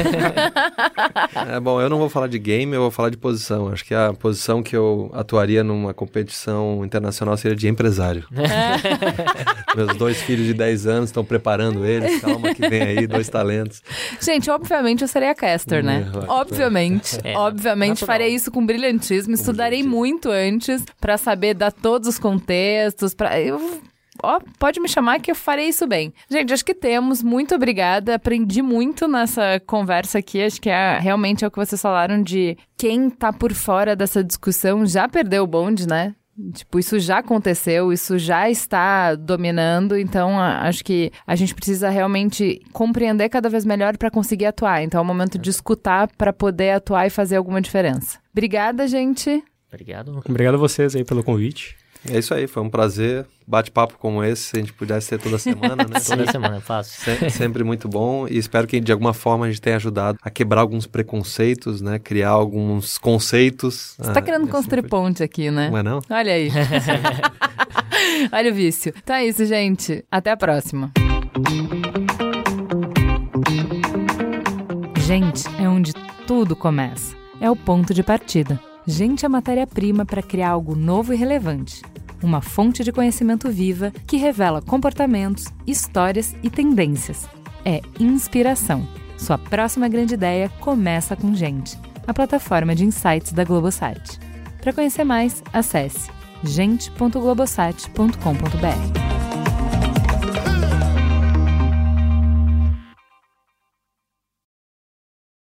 Bom, eu não vou falar de game, eu vou falar de posição. Acho que a posição que eu atuaria numa competição internacional seria de empresário. Meus 2 filhos de 10 anos estão preparando eles. Calma que vem aí 2 talentos. Gente, obviamente eu seria caster, né? Obviamente. Obviamente faria isso com brilhantismo. Estudarei muito antes pra saber dar todos os contextos. Pode me chamar que eu farei isso bem. Gente, acho que temos. Muito obrigada. Aprendi muito nessa conversa aqui. Acho que realmente é o que vocês falaram de quem tá por fora dessa discussão já perdeu o bonde, né? Tipo, isso já aconteceu, isso já está dominando, então acho que a gente precisa realmente compreender cada vez melhor para conseguir atuar. Então é o momento de escutar para poder atuar e fazer alguma diferença. Obrigada, gente. Obrigado a vocês aí pelo convite. É isso aí, foi um prazer. Bate-papo como esse, se a gente pudesse ter toda semana, né? Toda semana, fácil. Sempre muito bom e espero que de alguma forma a gente tenha ajudado a quebrar alguns preconceitos, né? Criar alguns conceitos. Você tá querendo construir ponte aqui, né? Não é não? Olha aí. Olha o vício. Então é isso, gente. Até a próxima. Gente, é onde tudo começa. É o ponto de partida. Gente é matéria-prima para criar algo novo e relevante. Uma fonte de conhecimento viva que revela comportamentos, histórias e tendências. É inspiração. Sua próxima grande ideia começa com Gente, a plataforma de insights da Globosat. Para conhecer mais, acesse gente.globosat.com.br.